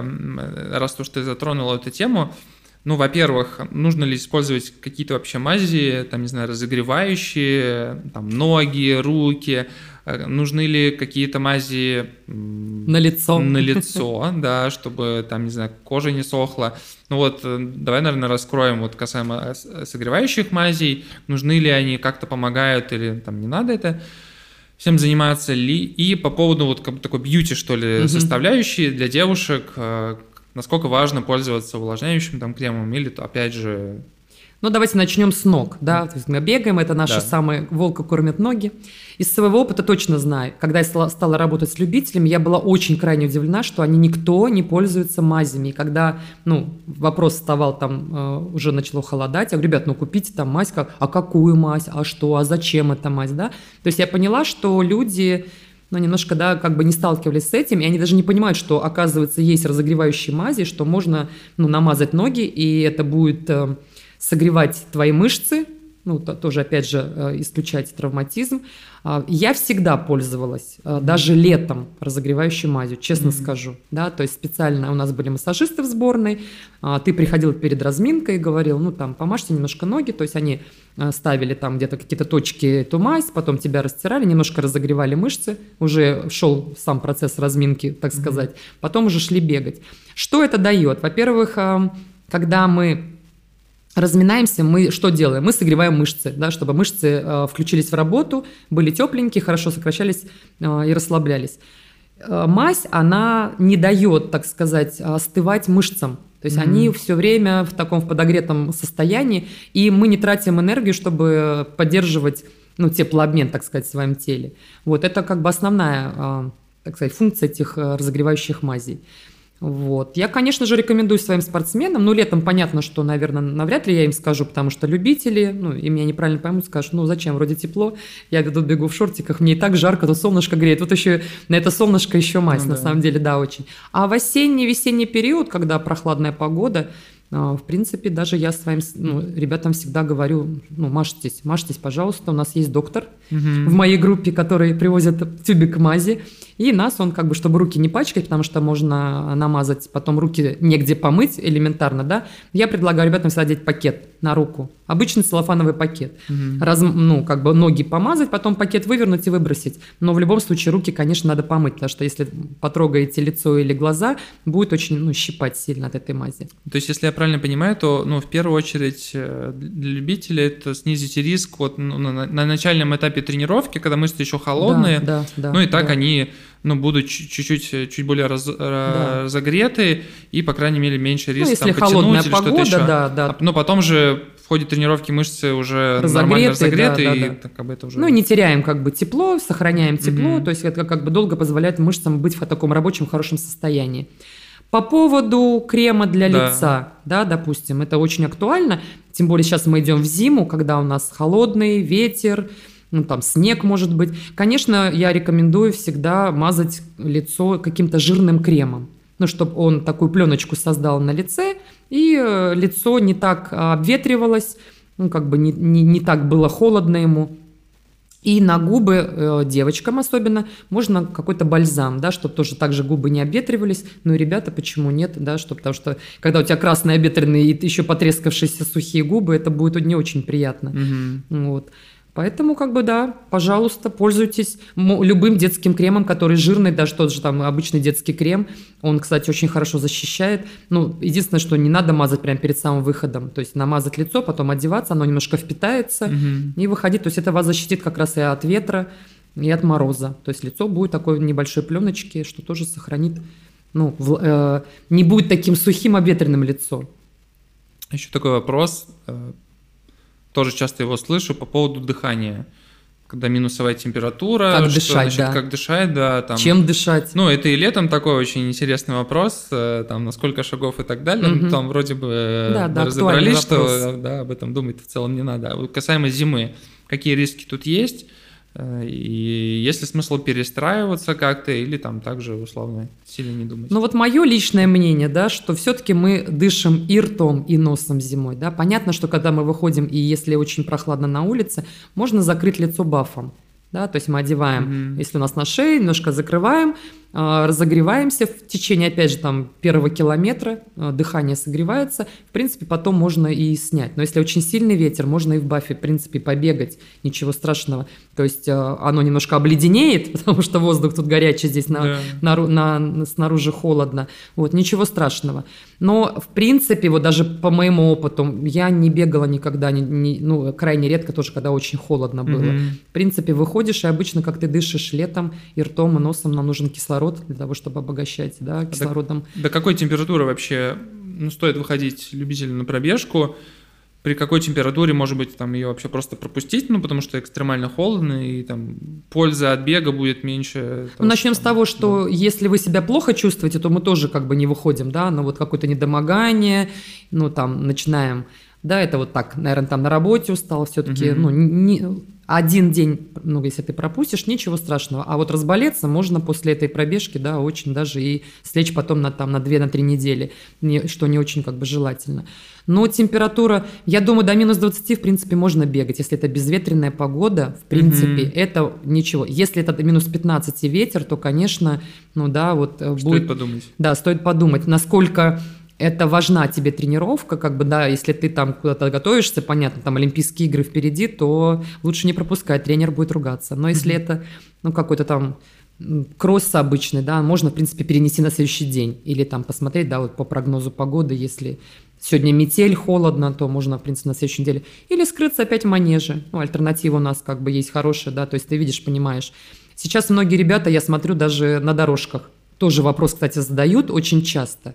раз уж ты затронула эту тему, ну, во-первых, нужно ли использовать какие-то вообще мази, там, не знаю, разогревающие, там, ноги, руки, нужны ли какие-то мази на лицо, на лицо, да, чтобы, там, не знаю, кожа не сохла. Ну вот, давай, наверное, раскроем вот касаемо согревающих мазей, нужны ли они, как-то помогают или там не надо это всем заниматься ли, и по поводу вот такой бьюти, что ли, угу. составляющей для девушек, насколько важно пользоваться увлажняющим там кремом или, то, опять же... Ну, давайте начнем с ног, да, то есть мы бегаем, это наши да. самые, волка кормят ноги. Из своего опыта точно знаю, когда я стала работать с любителями, я была очень крайне удивлена, что они никто не пользуется мазями. И когда, ну, вопрос вставал, там, уже начало холодать, я говорю, ребят, ну, купите там мазь, как, а какую мазь, а что, а зачем эта мазь, да? То есть я поняла, что люди... но немножко, да, как бы не сталкивались с этим, и они даже не понимают, что, оказывается, есть разогревающие мази, что можно, ну, намазать ноги, и это будет э, согревать твои мышцы, ну, то, тоже, опять же, э, исключать травматизм. Э, я всегда пользовалась, э, даже летом, разогревающей мазью, честно mm-hmm. скажу, да, то есть специально у нас были массажисты в сборной, э, ты приходил перед разминкой и говорил, ну, там, помажьте немножко ноги, то есть они э, ставили там где-то какие-то точки эту мазь, потом тебя растирали, немножко разогревали мышцы, уже шел сам процесс разминки, так mm-hmm. сказать, потом уже шли бегать. Что это дает? Во-первых, э, когда мы разминаемся, мы что делаем? Мы согреваем мышцы, да, чтобы мышцы э, включились в работу, были тепленькие, хорошо сокращались э, и расслаблялись. Э, мазь, она не дает, так сказать, остывать мышцам. То есть mm-hmm. они все время в таком в подогретом состоянии, и мы не тратим энергию, чтобы поддерживать, ну, теплообмен, так сказать, в своем теле. Вот это как бы основная, э, так сказать, функция этих э, разогревающих мазей. Вот. Я, конечно же, рекомендую своим спортсменам, но летом понятно, что, наверное, навряд ли я им скажу, потому что любители, ну, и меня неправильно поймут, скажут, ну, зачем, вроде тепло, я тут бегу в шортиках, мне и так жарко, тут солнышко греет, тут еще на это солнышко еще мазь, ну, на да. самом деле, да, очень. А в осенний-весенний период, когда прохладная погода, в принципе, даже я своим, ну, ребятам всегда говорю, ну, мажьтесь, мажьтесь, пожалуйста, у нас есть доктор угу. в моей группе, который привозит тюбик мази, и нас он как бы, чтобы руки не пачкать, потому что можно намазать, потом руки негде помыть элементарно, да, я предлагаю ребятам всегда одеть пакет на руку, обычный целлофановый пакет, угу. Раз, ну, как бы ноги помазать, потом пакет вывернуть и выбросить, но в любом случае руки, конечно, надо помыть, потому что если потрогаете лицо или глаза, будет очень, ну, щипать сильно от этой мази. То есть, если я правильно понимаю, то, ну, в первую очередь для любителей это снизить риск вот, ну, на, на начальном этапе тренировки, когда мышцы еще холодные, да, да, ну и так да. они, ну, будут чуть-чуть чуть более раз, да. разогреты и, по крайней мере, меньше риска, ну, там, потянуть или погода, что-то еще. Да, да. Но потом же в ходе тренировки мышцы уже разогреты, нормально разогреты, да, и да, да. как бы это уже... Ну, не теряем как бы тепло, сохраняем тепло, mm-hmm. то есть это как бы долго позволяет мышцам быть в таком рабочем хорошем состоянии. По поводу крема для да. лица, да, допустим, это очень актуально, тем более сейчас мы идем в зиму, когда у нас холодный ветер, ну, там, снег может быть. Конечно, я рекомендую всегда мазать лицо каким-то жирным кремом, ну, чтобы он такую пленочку создал на лице, и лицо не так обветривалось, ну, как бы не, не, не так было холодно ему. И на губы, э, девочкам особенно, можно какой-то бальзам, да, чтобы тоже так же губы не обветривались. Ну и ребята, почему нет, да, что, потому что когда у тебя красные обветренные и еще потрескавшиеся сухие губы, это будет не очень приятно. Mm-hmm. Вот. Поэтому, как бы, да, пожалуйста, пользуйтесь любым детским кремом, который жирный, даже тот же там обычный детский крем. Он, кстати, очень хорошо защищает. Ну, единственное, что не надо мазать прямо перед самым выходом. То есть намазать лицо, потом одеваться, оно немножко впитается угу. и выходить. То есть это вас защитит как раз и от ветра, и от мороза. То есть лицо будет такой небольшой пленочки, что тоже сохранит, ну, в, э, не будет таким сухим, обветренным лицо. Еще такой вопрос. Тоже часто его слышу по поводу дыхания. Когда минусовая температура. Как что, дышать, значит, да. Как дышать, да. Там, чем дышать? Ну, это и летом такой очень интересный вопрос, там, на сколько шагов и так далее. Mm-hmm. Там вроде бы да, да, разобрались, что да, об этом думать в целом не надо. А вот касаемо зимы, какие риски тут есть? И есть ли смысл перестраиваться как-то или там также условно сильно не думать? Ну вот мое личное мнение, да, что все-таки мы дышим и ртом, и носом зимой. Да? Понятно, что когда мы выходим, и если очень прохладно на улице, можно закрыть лицо бафом. Да? То есть мы одеваем, mm-hmm. если у нас на шее, немножко закрываем, разогреваемся в течение, опять же, там, первого километра, дыхание согревается, в принципе, потом можно и снять. Но если очень сильный ветер, можно и в бафе, в принципе, побегать, ничего страшного. То есть оно немножко обледенеет, потому что воздух тут горячий, здесь на, yeah. на, на, снаружи холодно, вот, ничего страшного. Но, в принципе, вот даже по моему опыту, я не бегала никогда, не, не, ну, крайне редко тоже, когда очень холодно было. Mm-hmm. В принципе, выходишь, и обычно, как ты дышишь летом, и ртом, и носом, нам нужен кислород, для того, чтобы обогащать, да, кислородом. До, до какой температуры вообще ну, стоит выходить любителям на пробежку? При какой температуре, может быть, там ее вообще просто пропустить, ну, потому что экстремально холодно, и там польза от бега будет меньше. Ну, начнем что, с того, что да. если вы себя плохо чувствуете, то мы тоже как бы не выходим, да, но вот какое-то недомогание, ну, там, начинаем, да, это вот так, наверное, там на работе устал, все-таки, угу. ну, не... Один день, ну, если ты пропустишь, ничего страшного. А вот разболеться можно после этой пробежки, да, очень даже и слечь потом на, там, на две-три недели, что не очень как бы желательно. Но температура, я думаю, до минус двадцати, в принципе, можно бегать. Если это безветренная погода, в принципе, mm-hmm. это ничего. Если это до минус пятнадцати ветер, то, конечно, ну да, вот стоит будет... подумать. Да, стоит подумать, насколько... Это важна тебе тренировка, как бы, да, если ты там куда-то готовишься, понятно, там Олимпийские игры впереди, то лучше не пропускать, тренер будет ругаться. Но если mm-hmm. это, ну, какой-то там кросс обычный, да, можно, в принципе, перенести на следующий день или там посмотреть, да, вот по прогнозу погоды, если сегодня метель, холодно, то можно, в принципе, на следующей неделе. Или скрыться опять в манеже. Ну, альтернатива у нас как бы есть хорошая, да, то есть ты видишь, понимаешь. Сейчас многие ребята, я смотрю, даже на дорожках, тоже вопрос, кстати, задают очень часто.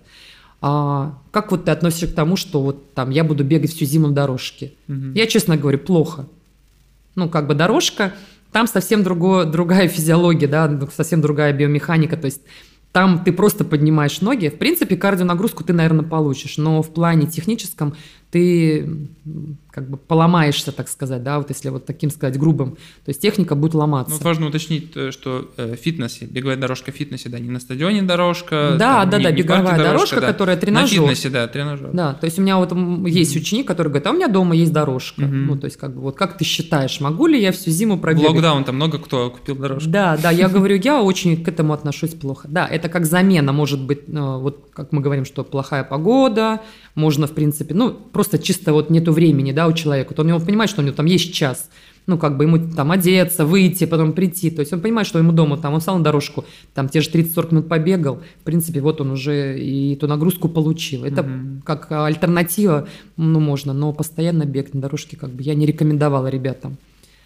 А как вот ты относишься к тому, что вот там я буду бегать всю зиму на дорожке? Угу. Я, честно говорю, плохо. Ну, как бы дорожка, там совсем другое, другая физиология, да, совсем другая биомеханика, то есть там ты просто поднимаешь ноги. В принципе, кардионагрузку ты, наверное, получишь, но в плане техническом ты как бы поломаешься, так сказать, да, вот если вот таким сказать грубым, то есть техника будет ломаться. Ну, важно уточнить, что в фитнесе, беговая дорожка в фитнесе, да, не на стадионе дорожка. Да, там, да, не, да, не беговая дорожка, дорожка да. которая тренажер. На фитнесе, да, тренажер. Да, то есть у меня вот есть ученик, который говорит, а у меня дома есть дорожка. Mm-hmm. Ну, то есть как бы вот как ты считаешь, могу ли я всю зиму пробегать? В локдаун там много кто купил дорожку. Да, да, я говорю, я очень к этому отношусь плохо. Да, это как замена, может быть, вот как мы говорим, что плохая погода, можно, в принципе, ну, просто чисто вот нету времени, да, у человека, то он понимает, что у него там есть час, ну, как бы ему там одеться, выйти, потом прийти, то есть он понимает, что ему дома, там, он встал на дорожку, там, те же тридцать-сорок минут побегал, в принципе, вот он уже и эту нагрузку получил. Это mm-hmm. как альтернатива, ну, можно, но постоянно бег на дорожке, как бы, я не рекомендовала ребятам.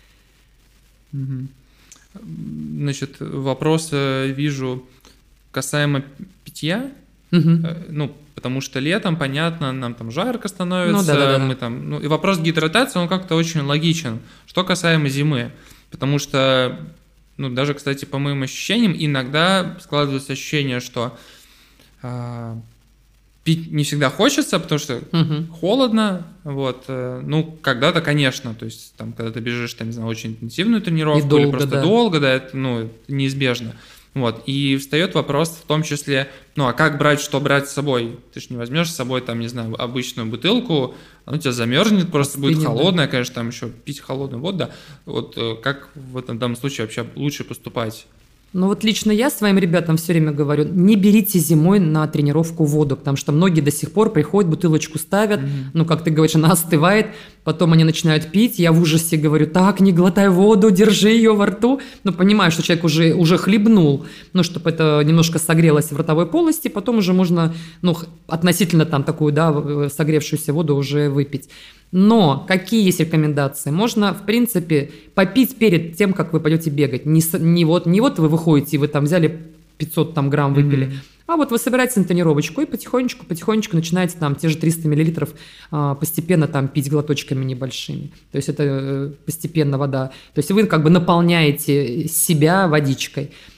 Mm-hmm. Значит, вопрос вижу касаемо питья, mm-hmm. ну, потому что летом, понятно, нам там жарко становится, ну, да, да, да. мы там, ну, и вопрос гидратации, он как-то очень логичен. Что касаемо зимы, потому что, ну, даже, кстати, по моим ощущениям, иногда складывается ощущение, что э, пить не всегда хочется, потому что угу. холодно, вот, э, ну, когда-то, конечно, то есть, там, когда ты бежишь, там, не знаю, очень интенсивную тренировку, долго, или просто да. долго, да, это, ну, неизбежно. Вот, и встает вопрос в том числе, ну, а как брать, что брать с собой? Ты же не возьмешь с собой, там, не знаю, обычную бутылку, она у тебя замерзнет, просто Остынет, будет холодная, да. конечно, там еще пить холодную воду, да. Вот как в этом данном случае вообще лучше поступать? Ну вот лично я своим ребятам все время говорю, не берите зимой на тренировку воду, потому что многие до сих пор приходят, бутылочку ставят, mm-hmm. ну, как ты говоришь, она остывает, потом они начинают пить, я в ужасе говорю, так, не глотай воду, держи ее во рту, ну, понимаю, что человек уже, уже хлебнул, ну, чтобы это немножко согрелось в ротовой полости, потом уже можно, ну, относительно там такую, да, согревшуюся воду уже выпить. Но какие есть рекомендации? Можно, в принципе, попить перед тем, как вы пойдете бегать. Не, не, вот, не вот вы выходите, и вы там взяли пятьсот там, грамм, выпили, mm-hmm. а вот вы собираетесь на тренировочку и потихонечку, потихонечку начинаете там те же триста миллилитров а, постепенно там пить глоточками небольшими. То есть это э, постепенно вода. То есть вы как бы наполняете себя водичкой.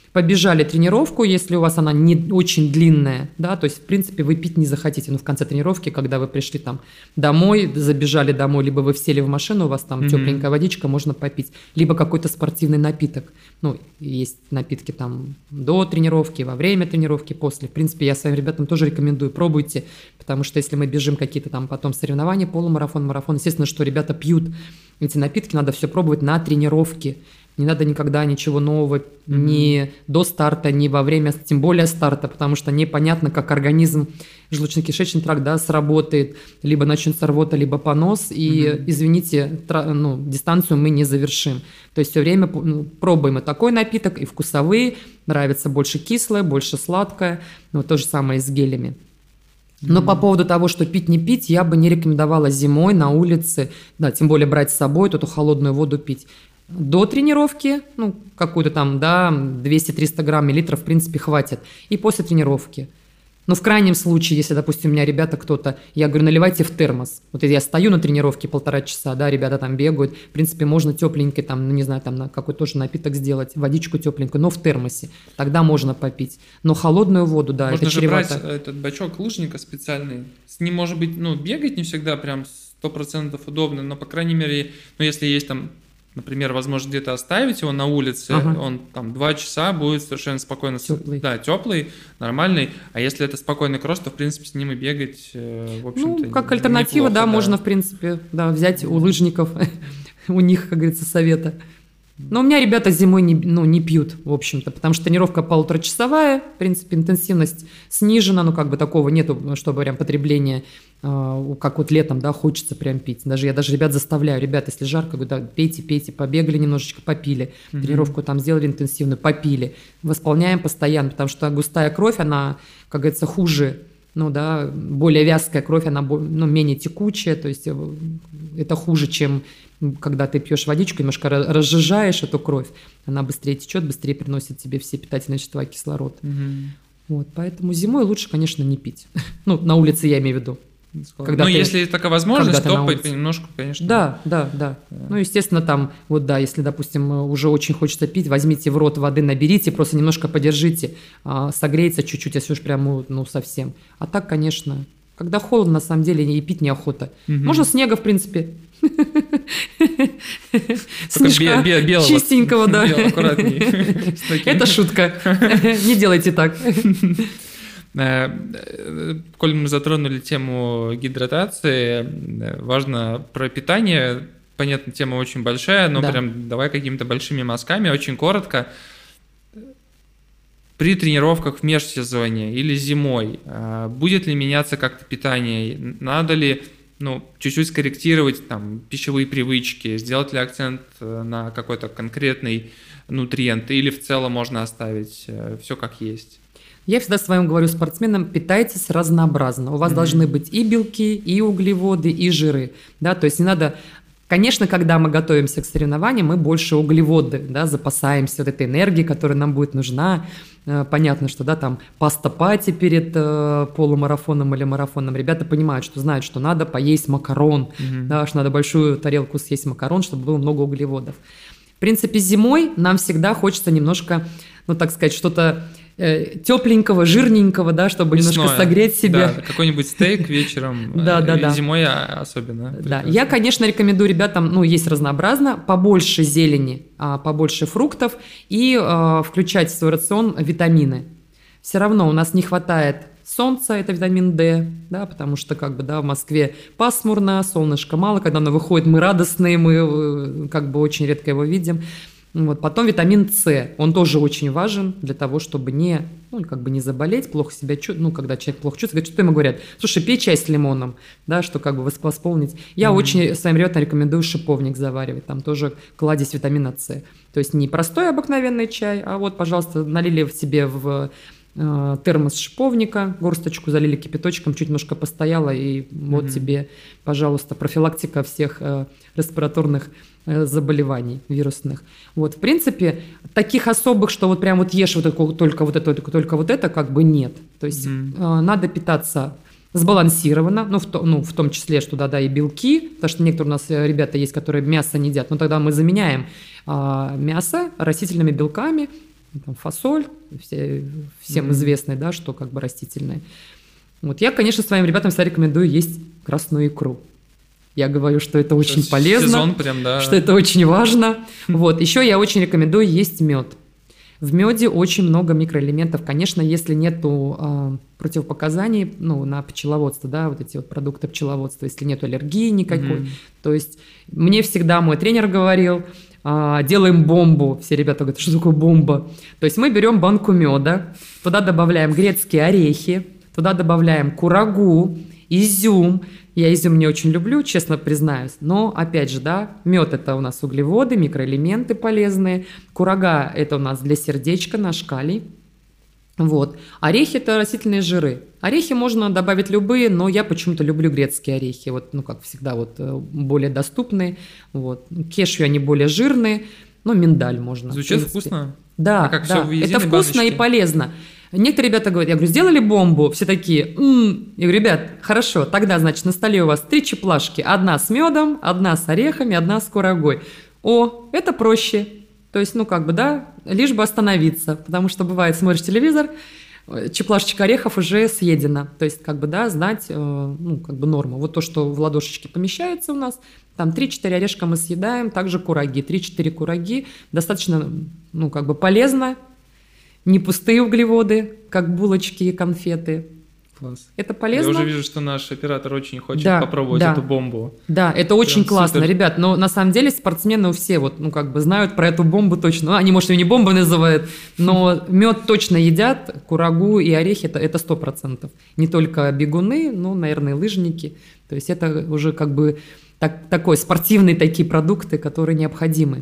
побежали тренировку, если у вас она не очень длинная, да, то есть, в принципе, вы пить не захотите, но в конце тренировки, когда вы пришли там домой, забежали домой, либо вы сели в машину, у вас там mm-hmm. тепленькая водичка, можно попить, либо какой-то спортивный напиток. Ну, есть напитки там до тренировки, во время тренировки, после. В принципе, я своим ребятам тоже рекомендую, пробуйте, потому что если мы бежим какие-то там потом соревнования, полумарафон, марафон, естественно, что ребята пьют эти напитки, надо все пробовать на тренировке. Не надо никогда ничего нового, mm-hmm. ни до старта, ни во время, тем более старта, потому что непонятно, как организм, желудочно-кишечный тракт, да, сработает, либо начнется рвота, либо понос, и, mm-hmm. извините, тра- ну, дистанцию мы не завершим. То есть все время ну, пробуем и такой напиток, и вкусовые, нравится больше кислое, больше сладкое, ну, то же самое и с гелями. Но mm-hmm. по поводу того, что пить, не пить, я бы не рекомендовала зимой на улице, да, тем более брать с собой эту холодную воду пить. До тренировки, ну, какую-то там, да, двести-триста грамм, миллилитров, в принципе, хватит. И после тренировки. Но в крайнем случае, если, допустим, у меня ребята кто-то, я говорю, наливайте в термос. Вот я стою на тренировке полтора часа, да, ребята там бегают. В принципе, можно тепленький, там, ну, не знаю, там, на какой-то тоже напиток сделать, водичку тепленькую, но в термосе. Тогда можно попить. Но холодную воду, да, можно это чревато. Можно же брать этот бачок лыжника специальный. С ним, может быть, ну, бегать не всегда прям сто процентов удобно, но, по крайней мере, ну, если есть там, например, возможно, где-то оставить его на улице, ага. он там два часа будет совершенно спокойно, теплый. Да, теплый, нормальный, а если это спокойный кросс, то, в принципе, с ним и бегать, в общем-то, ну, как альтернатива, неплохо, да, да, можно, в принципе, да, взять у лыжников, у них, как говорится, совета. Но у меня ребята зимой не, ну, не пьют, в общем-то, потому что тренировка полуторачасовая, в принципе, интенсивность снижена, ну, как бы такого нету, чтобы прям потребление, э, как вот летом, да, хочется прям пить. Даже я даже ребят заставляю, ребят, если жарко, говорю, да, пейте, пейте, побегали немножечко, попили, mm-hmm. тренировку там сделали интенсивную, попили, восполняем постоянно, потому что густая кровь, она, как говорится, хуже, ну, да, более вязкая кровь, она, ну, менее текучая, то есть это хуже, чем когда ты пьешь водичку, немножко разжижаешь эту кровь, она быстрее течет, быстрее приносит тебе все питательные вещества, кислород. Угу. Вот, поэтому зимой лучше, конечно, не пить. Ну, на улице я имею в виду. Когда ну, ты, если такая возможность, топать понемножку, конечно. Да, да, да, да. Ну, естественно, там, вот да, если, допустим, уже очень хочется пить, возьмите в рот воды, наберите, просто немножко подержите, согреется чуть-чуть, если уж прям, ну, совсем. А так, конечно, когда холодно, на самом деле, и пить неохота. Угу. Можно снега, в принципе. Снежка белого, чистенького, да. Аккуратнее. Это шутка. Не делайте так. Коль мы затронули тему гидратации, важно про питание. Понятно, тема очень большая, но да. прям давай какими-то большими мазками, очень коротко. При тренировках в межсезонье или зимой будет ли меняться как-то питание? Надо ли ну, чуть-чуть скорректировать там, пищевые привычки, сделать ли акцент на какой-то конкретный нутриент, или в целом можно оставить все как есть? Я всегда своим говорю спортсменам, питайтесь разнообразно. У вас mm-hmm. должны быть и белки, и углеводы, и жиры. Да? То есть не надо... Конечно, когда мы готовимся к соревнованиям, мы больше углеводы, да, запасаемся вот этой энергией, которая нам будет нужна. Понятно, что да, там паста-пати перед э, полумарафоном или марафоном. Ребята понимают, что знают, что надо поесть макарон, mm-hmm. да, что надо большую тарелку съесть макарон, чтобы было много углеводов. В принципе, зимой нам всегда хочется немножко, ну так сказать, что-то э, тепленького, жирненького, да, чтобы Мясное. немножко согреть себя. Да, какой-нибудь стейк вечером, да, да, да. зимой особенно. Да, я, конечно, рекомендую ребятам, ну, есть разнообразно, побольше зелени, побольше фруктов и э, включать в свой рацион витамины. Все равно у нас не хватает солнца, это витамин D, да, потому что как бы, да, в Москве пасмурно, солнышка мало, когда оно выходит, мы радостные, мы как бы очень редко его видим. Вот. Потом витамин С, он тоже очень важен для того, чтобы не, ну, как бы не заболеть, плохо себя чувствовать, ну, когда человек плохо чувствует, что ему говорят, слушай, пей чай с лимоном, да, что как бы восполнить. Я mm-hmm. очень своим ребятам рекомендую шиповник заваривать, там тоже кладезь витамина С. То есть не простой обыкновенный чай, а вот, пожалуйста, налили в себе в э, термос шиповника, горсточку залили кипяточком, чуть немножко постояло, и mm-hmm. вот тебе, пожалуйста, профилактика всех э, респираторных заболеваний вирусных. Вот, в принципе, таких особых, что вот прям вот ешь вот это, только вот это, только вот это, как бы нет. То есть mm-hmm. э, надо питаться сбалансированно, ну в, то, ну, в том числе, что да-да, и белки, потому что некоторые у нас ребята есть, которые мясо не едят, но тогда мы заменяем э, мясо растительными белками, там, фасоль, все, всем Mm-hmm. известный, да, что как бы растительное. Вот я, конечно, своим ребятам всегда рекомендую есть красную икру. Я говорю, что это очень Сейчас полезно, сезон прям, да. что это очень важно. Вот. Еще я очень рекомендую есть мед. В меде очень много микроэлементов. Конечно, если нету э, противопоказаний, ну, на пчеловодство, да, вот эти вот продукты пчеловодства, если нету аллергии никакой. Mm-hmm. То есть мне всегда мой тренер говорил, э, делаем бомбу. Все ребята говорят, что такое бомба? То есть мы берем банку меда, туда добавляем грецкие орехи, туда добавляем курагу, изюм. Я изюм не очень люблю, честно признаюсь. Но, опять же, да, мед – это у нас углеводы, микроэлементы полезные. Курага – это у нас для сердечка, наш калий. Вот. Орехи – это растительные жиры. Орехи можно добавить любые, но я почему-то люблю грецкие орехи. Вот, ну, как всегда, вот, более доступные. Вот. Кешью они более жирные, но миндаль можно. Звучит вкусно. Да, а как да. все в это вкусно баночке? И полезно. Некоторые ребята говорят, я говорю, сделали бомбу? Все такие, м-м. Я говорю, ребят, хорошо, тогда, значит, на столе у вас три чеплашки. Одна с медом, одна с орехами, одна с курагой. О, это проще. То есть, ну, как бы, да, лишь бы остановиться. Потому что, бывает, смотришь телевизор, чеплашечка орехов уже съедена. То есть, как бы, да, знать, э, ну, как бы норму. Вот то, что в ладошечке помещается у нас, там три-четыре орешка мы съедаем, также кураги. три-четыре кураги достаточно, ну, как бы полезно. Не пустые углеводы, как булочки и конфеты. Класс. Это полезно. Я уже вижу, что наш оператор очень хочет да, попробовать да. эту бомбу. Да, это очень Прям классно, супер. ребят. Но на самом деле спортсмены у все вот, ну, как бы знают про эту бомбу точно. Ну, они, может, ее не бомбой называют, но мед точно едят, курагу и орехи это, это сто процентов. Не только бегуны, но, наверное, лыжники. То есть это уже как бы так, такой спортивные такие продукты, которые необходимы.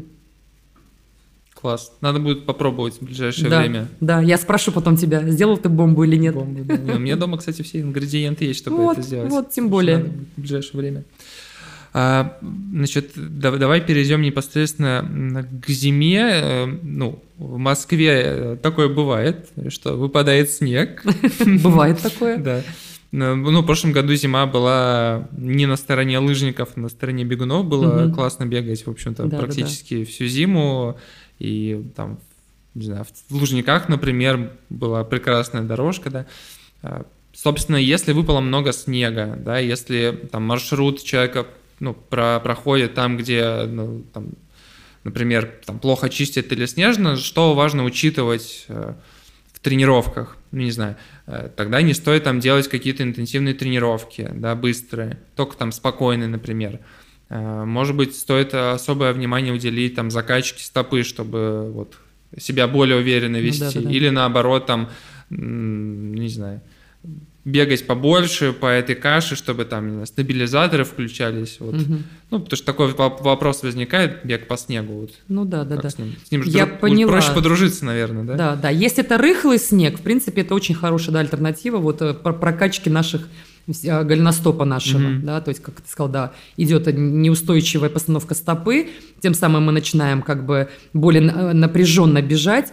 Класс. Надо будет попробовать в ближайшее да, время. Да, я спрошу потом тебя, сделал ты бомбу или нет. Бомбу, да. У меня дома, кстати, все ингредиенты есть, чтобы вот, это сделать. Вот, тем более. Надо в ближайшее время. А, значит, давай перейдем непосредственно к зиме. Ну, в Москве такое бывает, что выпадает снег. Бывает такое. Да. Ну, в прошлом году зима была не на стороне лыжников, а на стороне бегунов. Было угу. классно бегать, в общем-то, да, практически да, да. всю зиму. И там, не знаю, в Лужниках, например, была прекрасная дорожка, да. Собственно, если выпало много снега, да, если там маршрут человека, ну, про, проходит там, где, ну, там, например, там плохо чистят или снежно, что важно учитывать в тренировках, ну, не знаю, тогда не стоит там делать какие-то интенсивные тренировки, да, быстрые, только там спокойные, например. Может быть, стоит особое внимание уделить там закачке стопы, чтобы вот себя более уверенно вести, ну, да, да, да. Или наоборот там, не знаю, бегать побольше по этой каше, чтобы там, не знаю, стабилизаторы включались. Вот. Угу. Ну, потому что такой вопрос возникает, бег по снегу. Вот. Ну да, да, да. С ним, с ним Я друг, поняла. Проще подружиться, наверное, да? Да, да. Если это рыхлый снег, в принципе, это очень хорошая, да, альтернатива вот по прокачке наших голеностопа нашего, mm-hmm. да, то есть, как ты сказал, да, идет неустойчивая постановка стопы, тем самым мы начинаем как бы более напряженно бежать,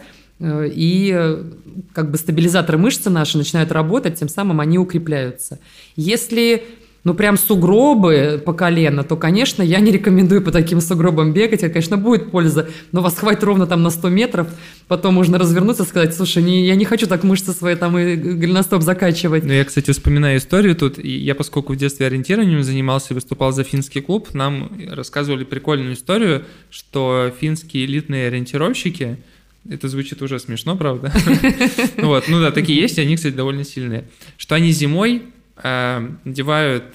и как бы стабилизаторы мышцы наши начинают работать, тем самым они укрепляются. Если, ну, прям сугробы по колено, то, конечно, я не рекомендую по таким сугробам бегать, это, конечно, будет польза, но вас хватит ровно там на сто метров, потом можно развернуться и сказать, слушай, не, я не хочу так мышцы свои там и голеностоп закачивать. Ну, я, кстати, вспоминаю историю тут, и я, поскольку в детстве ориентированием занимался и выступал за финский клуб, нам рассказывали прикольную историю, что финские элитные ориентировщики, это звучит уже смешно, правда? Вот, ну да, такие есть, и они, кстати, довольно сильные, что они зимой надевают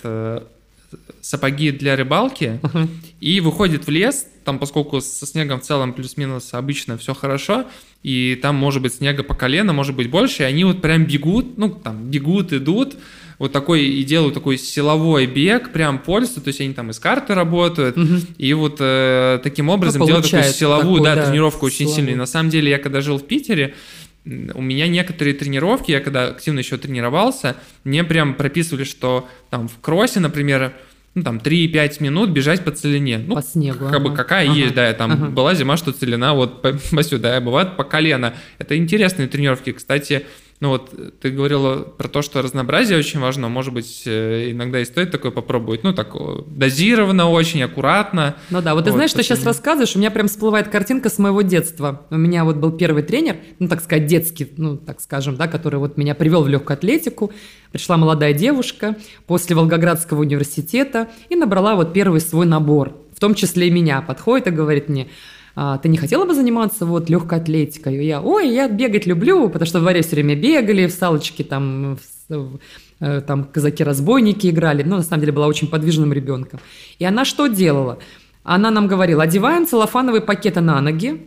сапоги для рыбалки uh-huh. и выходят в лес, там, поскольку со снегом в целом плюс-минус обычно все хорошо, и там может быть снега по колено, может быть больше, и они вот прям бегут, ну, там, бегут, идут, вот такой, и делают такой силовой бег прям по лесу, то есть они там из карты работают, uh-huh. и вот э, таким образом ну, делают такую силовую, такую, да, да, тренировку очень силовую. Сильную. И на самом деле, я когда жил в Питере, у меня некоторые тренировки, я когда активно еще тренировался, мне прям прописывали, что там в кроссе, например, ну там три-пять минут бежать по целине. Ну, по снегу. Как ага. бы какая ага. есть, да, там ага. была зима, что целина вот по, по сюда, бывает по колено. Это интересные тренировки. Кстати, Ну вот ты говорила про то, что разнообразие очень важно, может быть, иногда и стоит такое попробовать, ну так дозированно, очень аккуратно. Ну да, вот ты вот, знаешь, что сейчас рассказываешь, у меня прям всплывает картинка с моего детства. У меня вот был первый тренер, ну так сказать, детский, ну так скажем, да, который вот меня привел в легкую атлетику. Пришла молодая девушка после Волгоградского университета и набрала вот первый свой набор, в том числе и меня. Подходит и говорит мне: а, ты не хотела бы заниматься вот легкой атлетикой? И я, ой, я бегать люблю, потому что в дворе все время бегали, в салочки там, в, там казаки-разбойники играли. Ну, на самом деле, была очень подвижным ребенком. И она что делала? Она нам говорила: одеваем целлофановые пакеты на ноги,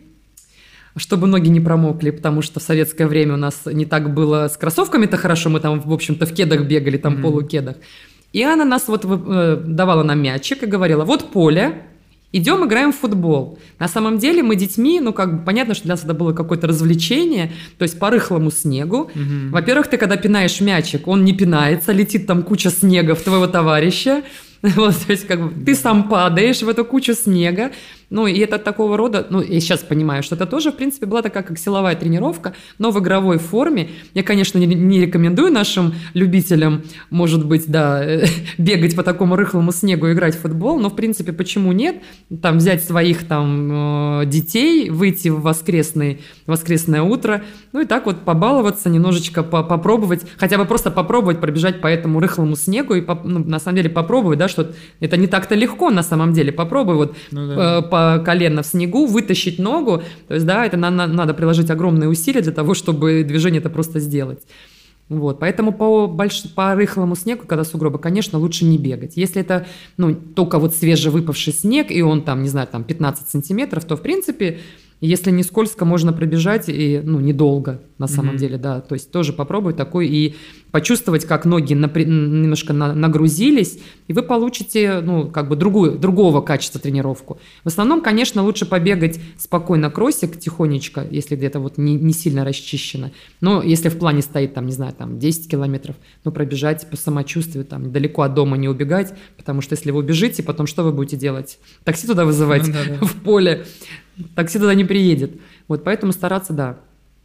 чтобы ноги не промокли, потому что в советское время у нас не так было с кроссовками-то хорошо, мы там, в общем-то, в кедах бегали, там, mm-hmm. полукедах. И она нас вот э, давала нам мячик и говорила: вот поле, идем играем в футбол. На самом деле мы детьми, ну как бы понятно, что для нас это было какое-то развлечение, то есть по рыхлому снегу. Угу. Во-первых, ты когда пинаешь мячик, он не пинается, летит там куча снега в твоего товарища. Вот, то есть, как бы, ты сам падаешь в эту кучу снега. Ну, и это такого рода, ну, я сейчас понимаю, что это тоже, в принципе, была такая, как силовая тренировка, но в игровой форме. Я, конечно, не, не рекомендую нашим любителям, может быть, да, бегать по такому рыхлому снегу и играть в футбол, но, в принципе, почему нет? Там взять своих там детей, выйти в воскресный, воскресное утро, ну, и так вот побаловаться, немножечко попробовать, хотя бы просто попробовать пробежать по этому рыхлому снегу и, ну, на самом деле, попробовать, да, что это не так-то легко, на самом деле. Попробуй вот ну, да. по колено в снегу, вытащить ногу. То есть, да, это на, на, надо приложить огромные усилия для того, чтобы движение это просто сделать. Вот, поэтому по, больш... по рыхлому снегу, когда сугробы, конечно, лучше не бегать. Если это, ну, только вот свежевыпавший снег, и он там, не знаю, там пятнадцать сантиметров, то, в принципе, если не скользко, можно пробежать, и, ну, недолго, на самом mm-hmm. деле, да. То есть тоже попробуй такой и почувствовать, как ноги напри... немножко на... нагрузились, и вы получите, ну, как бы другую, другого качества тренировку. В основном, конечно, лучше побегать спокойно кроссик тихонечко, если где-то вот не, не сильно расчищено. Но если в плане стоит, там, не знаю, там десять километров, ну, пробежать по самочувствию, там, далеко от дома не убегать, потому что если вы убежите, потом что вы будете делать? Такси туда вызывать ну, в поле? Такси туда не приедет. Вот, поэтому стараться, да.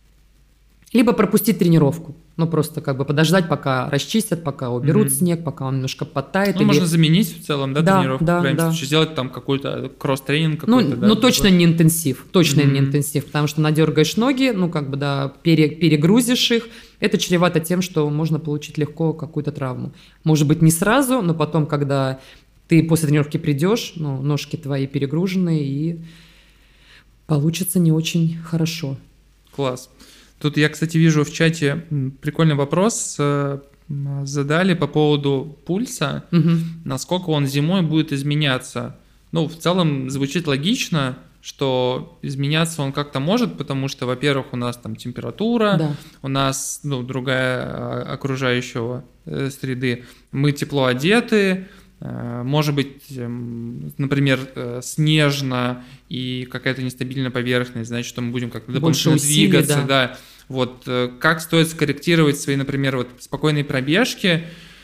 Либо пропустить тренировку. Ну, просто как бы подождать, пока расчистят, пока уберут mm-hmm. снег, пока он немножко подтает. Ну, или... можно заменить в целом, да, да тренировку? Да, в крайнем да. случае, сделать там какой-то кросс-тренинг какой-то, ну, да? Ну, точно такой. не интенсив. Точно mm-hmm. не интенсив, потому что надергаешь ноги, ну, как бы, да, пере, перегрузишь их. Это чревато тем, что можно получить легко какую-то травму. Может быть, не сразу, но потом, когда ты после тренировки придешь, ну, ножки твои перегружены, и получится не очень хорошо. Класс. Тут я, кстати, вижу в чате прикольный вопрос. Задали по поводу пульса. Угу. Насколько он зимой будет изменяться? Ну, в целом звучит логично, что изменяться он как-то может, потому что, во-первых, у нас там температура, да. у нас ну, другая окружающего среды, мы тепло одеты, может быть, например, снежно и какая-то нестабильная поверхность, значит, что мы будем как-то дополнительно двигаться, да. да. Вот как стоит скорректировать свои, например, вот спокойные пробежки,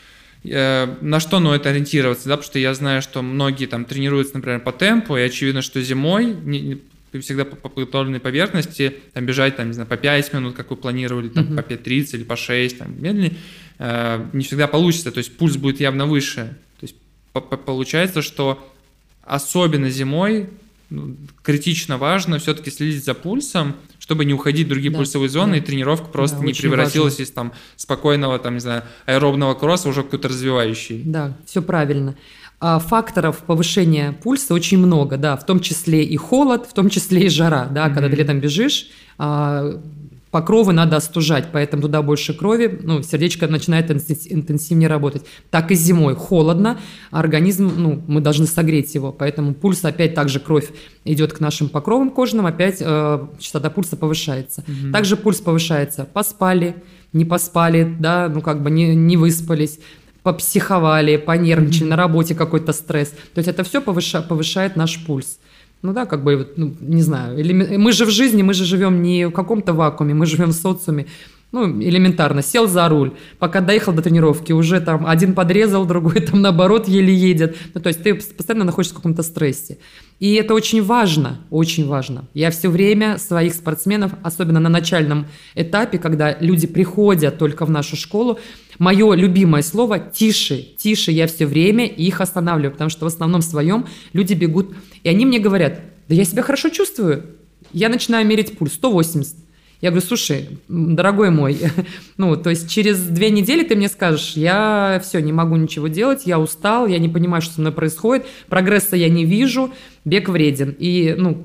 на что, ну, это ориентироваться, да, потому что я знаю, что многие там тренируются, например, по темпу, и очевидно, что зимой не, всегда по подготовленной поверхности там бежать, там, не знаю, по пять минут, как вы планировали, там, uh-huh. по пять тридцать или по шесть, там, медленнее, не всегда получится, то есть пульс будет явно выше. Получается, что особенно зимой ну, критично важно все-таки следить за пульсом, чтобы не уходить в другие да, пульсовые зоны, да. и тренировка просто да, не превратилась важно. из там, спокойного, там, не знаю, аэробного кросса уже в какой-то развивающий. Да, все правильно. Факторов повышения пульса очень много, да, в том числе и холод, в том числе и жара, да, mm-hmm. когда ты летом бежишь, покровы надо остужать, поэтому туда больше крови, ну, сердечко начинает интенсивнее работать. Так и зимой холодно, организм, ну, мы должны согреть его, поэтому пульс опять также кровь идет к нашим покровам кожным, опять э, частота пульса повышается. Угу. Также пульс повышается, поспали, не поспали, да, ну, как бы не, не выспались, попсиховали, понервничали, mm-hmm. на работе какой-то стресс. То есть это все повыша, повышает наш пульс. Ну да, как бы, ну, не знаю, или мы же в жизни, мы же живем не в каком-то вакууме, мы живем в социуме. Ну, элементарно, сел за руль, пока доехал до тренировки, уже там один подрезал, другой там наоборот еле едет. Ну, то есть ты постоянно находишься в каком-то стрессе. И это очень важно, очень важно. Я все время своих спортсменов, особенно на начальном этапе, когда люди приходят только в нашу школу, мое любимое слово «тише», «тише», я все время их останавливаю, потому что в основном своем люди бегут, и они мне говорят: да я себя хорошо чувствую. Я начинаю мерить пульс, сто восемьдесят. Я говорю: слушай, дорогой мой, ну, то есть через две недели ты мне скажешь: я все, не могу ничего делать, я устал, я не понимаю, что со мной происходит, прогресса я не вижу, бег вреден. И, ну,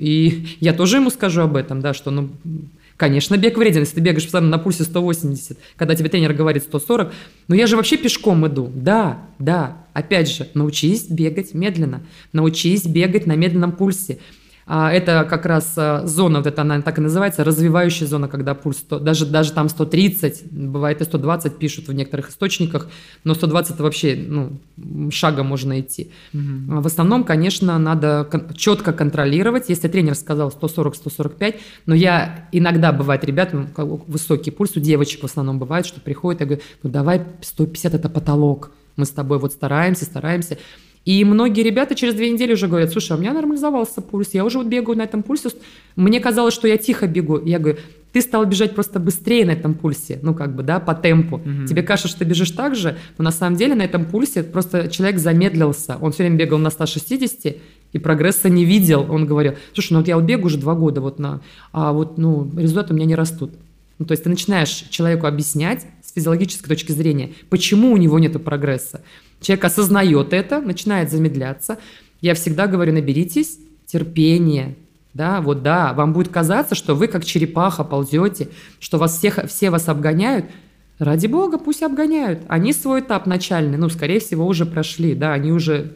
и я тоже ему скажу об этом, да, что, ну, конечно, бег вреден, если ты бегаешь постоянно на пульсе сто восемьдесят, когда тебе тренер говорит сто сорок, но я же вообще пешком иду. Да, да, опять же, научись бегать медленно, научись бегать на медленном пульсе. Это как раз зона, вот это она так и называется, развивающая зона, когда пульс сто, даже, даже там сто тридцать, бывает и сто двадцать пишут в некоторых источниках, но сто двадцать вообще, ну, шагом можно идти. Mm-hmm. В основном, конечно, надо кон- четко контролировать. Если тренер сказал сто сорок - сто сорок пять, но я иногда, бывает, ребят, высокий пульс, у девочек в основном бывает, что приходят, я говорю: ну давай сто пятьдесят это потолок, мы с тобой вот стараемся, стараемся. И многие ребята через две недели уже говорят: слушай, а у меня нормализовался пульс, я уже вот бегаю на этом пульсе. Мне казалось, что я тихо бегу. Я говорю: ты стал бежать просто быстрее на этом пульсе, ну как бы, да, по темпу. Mm-hmm. Тебе кажется, что ты бежишь так же, но на самом деле на этом пульсе просто человек замедлился. Он все время бегал на ста шестидесяти и прогресса не видел. Он говорил: слушай, ну вот я вот бегаю уже два года, вот на, а вот, ну, результаты у меня не растут. Ну, то есть ты начинаешь человеку объяснять с физиологической точки зрения, почему у него нет прогресса. Человек осознает это, начинает замедляться. Я всегда говорю: наберитесь терпения. Да, вот да, вам будет казаться, что вы как черепаха ползете, что вас всех, все вас обгоняют. Ради бога, пусть обгоняют. Они свой этап начальный, ну, скорее всего, уже прошли. Да, они уже,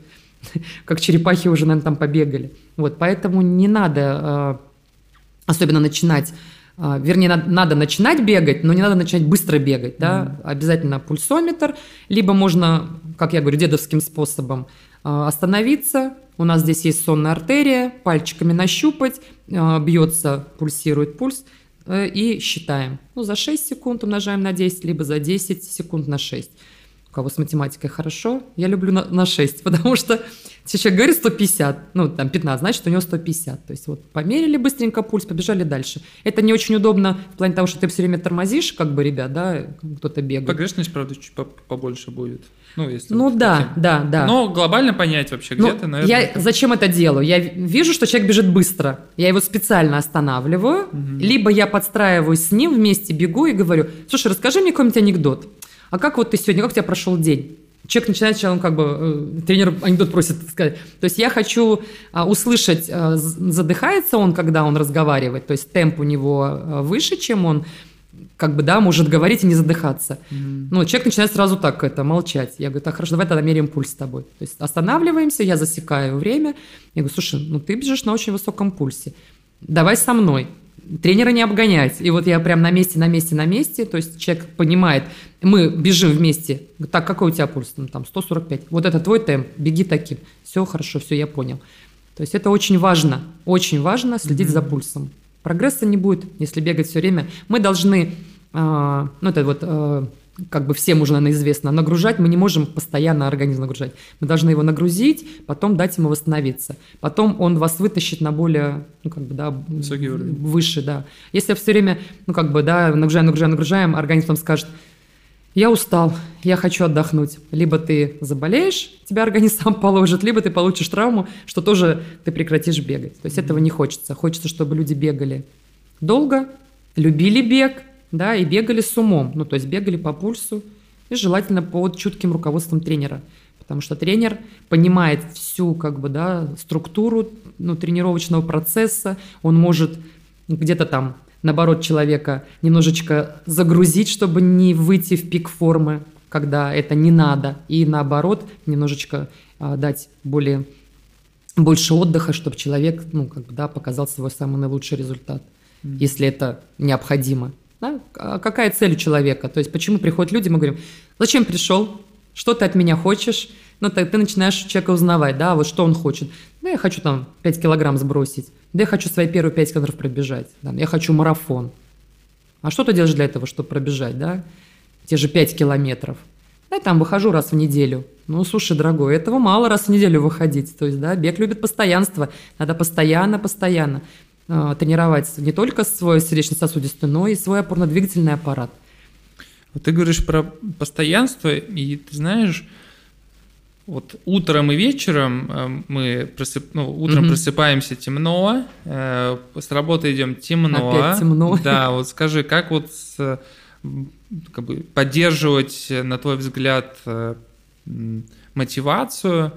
как черепахи, уже, наверное, там побегали. Вот, поэтому не надо особенно начинать. Вернее, надо, надо начинать бегать, но не надо начинать быстро бегать. Да? Mm-hmm. Обязательно пульсометр, либо можно, как я говорю, дедовским способом остановиться. У нас здесь есть сонная артерия, пальчиками нащупать, бьется, пульсирует пульс, и считаем. Ну, за шесть секунд умножаем на десять, либо за десять секунд на шесть. У кого с математикой хорошо, я люблю на, на шесть, потому что если человек говорит сто пятьдесят, ну, там пятнадцать, значит, у него сто пятьдесят. То есть вот померили быстренько пульс, побежали дальше. Это не очень удобно в плане того, что ты все время тормозишь, как бы, ребят, да, кто-то бегает. Погрешность, правда, чуть побольше будет. Ну, если ну вот да, хотим. да, да. Но глобально понять вообще, где ты, наверное. Я зачем это делаю? Я вижу, что человек бежит быстро. Я его специально останавливаю, угу. Либо я подстраиваюсь с ним, вместе бегу и говорю: слушай, расскажи мне какой-нибудь анекдот. А как вот ты сегодня, как у тебя прошел день? Человек начинает сначала, он как бы, э, тренер анекдот просит сказать. То есть я хочу э, услышать, э, задыхается он, когда он разговаривает, то есть темп у него э, выше, чем он, как бы, да, может говорить и не задыхаться. Mm-hmm. Ну, человек начинает сразу так это, молчать. Я говорю: так, хорошо, давай тогда меряем пульс с тобой. То есть останавливаемся, я засекаю время. Я говорю: слушай, ну ты бежишь на очень высоком пульсе. Давай со мной. Тренера не обгонять. И вот я прям на месте, на месте, на месте. То есть человек понимает, мы бежим вместе. Так, какой у тебя пульс? Ну, там сто сорок пять. Вот это твой темп, беги таким. Все хорошо, все, я понял. То есть это очень важно. Очень важно следить mm-hmm. за пульсом. Прогресса не будет, если бегать все время. Мы должны, э, ну это вот э, как бы всем уже, наверное, известно, нагружать мы не можем постоянно организм нагружать. Мы должны его нагрузить, потом дать ему восстановиться. Потом он вас вытащит на более, ну как бы, да, высокий уровень. Выше, да. Если все время, ну как бы, да, нагружаем, нагружаем, нагружаем, организм вам скажет: я устал, я хочу отдохнуть. Либо ты заболеешь, тебя организм сам положит, либо ты получишь травму, что тоже ты прекратишь бегать. То есть mm-hmm. этого не хочется. Хочется, чтобы люди бегали долго, любили бег, да, и бегали с умом. Ну, то есть бегали по пульсу и желательно под чутким руководством тренера. Потому что тренер понимает всю, как бы, да, структуру, ну, тренировочного процесса. Он может где-то там, наоборот, человека немножечко загрузить, чтобы не выйти в пик формы, когда это не надо. И наоборот, немножечко а, дать более, больше отдыха, чтобы человек, ну, как бы, да, показал свой самый наилучший результат, mm-hmm. если это необходимо. Да? А какая цель у человека? То есть почему приходят люди, мы говорим: зачем пришел? Что ты от меня хочешь? Ну, ты, ты начинаешь человека узнавать, да, вот что он хочет. Да, я хочу там пять килограмм сбросить. Да, я хочу свои первые пять километров пробежать. Да, я хочу марафон. А что ты делаешь для этого, чтобы пробежать, да? Те же пять километров. Я там выхожу раз в неделю. Ну, слушай, дорогой, этого мало раз в неделю выходить. То есть, да, бег любит постоянство. Надо постоянно-постоянно э, тренировать не только свой сердечно-сосудистый, но и свой опорно-двигательный аппарат. Вот ты говоришь про постоянство, и ты знаешь, вот утром и вечером мы просып... ну, утром угу. просыпаемся темно, э, с работы идем темно. Опять темно. Да, вот скажи, как вот с, как бы поддерживать, на твой взгляд, мотивацию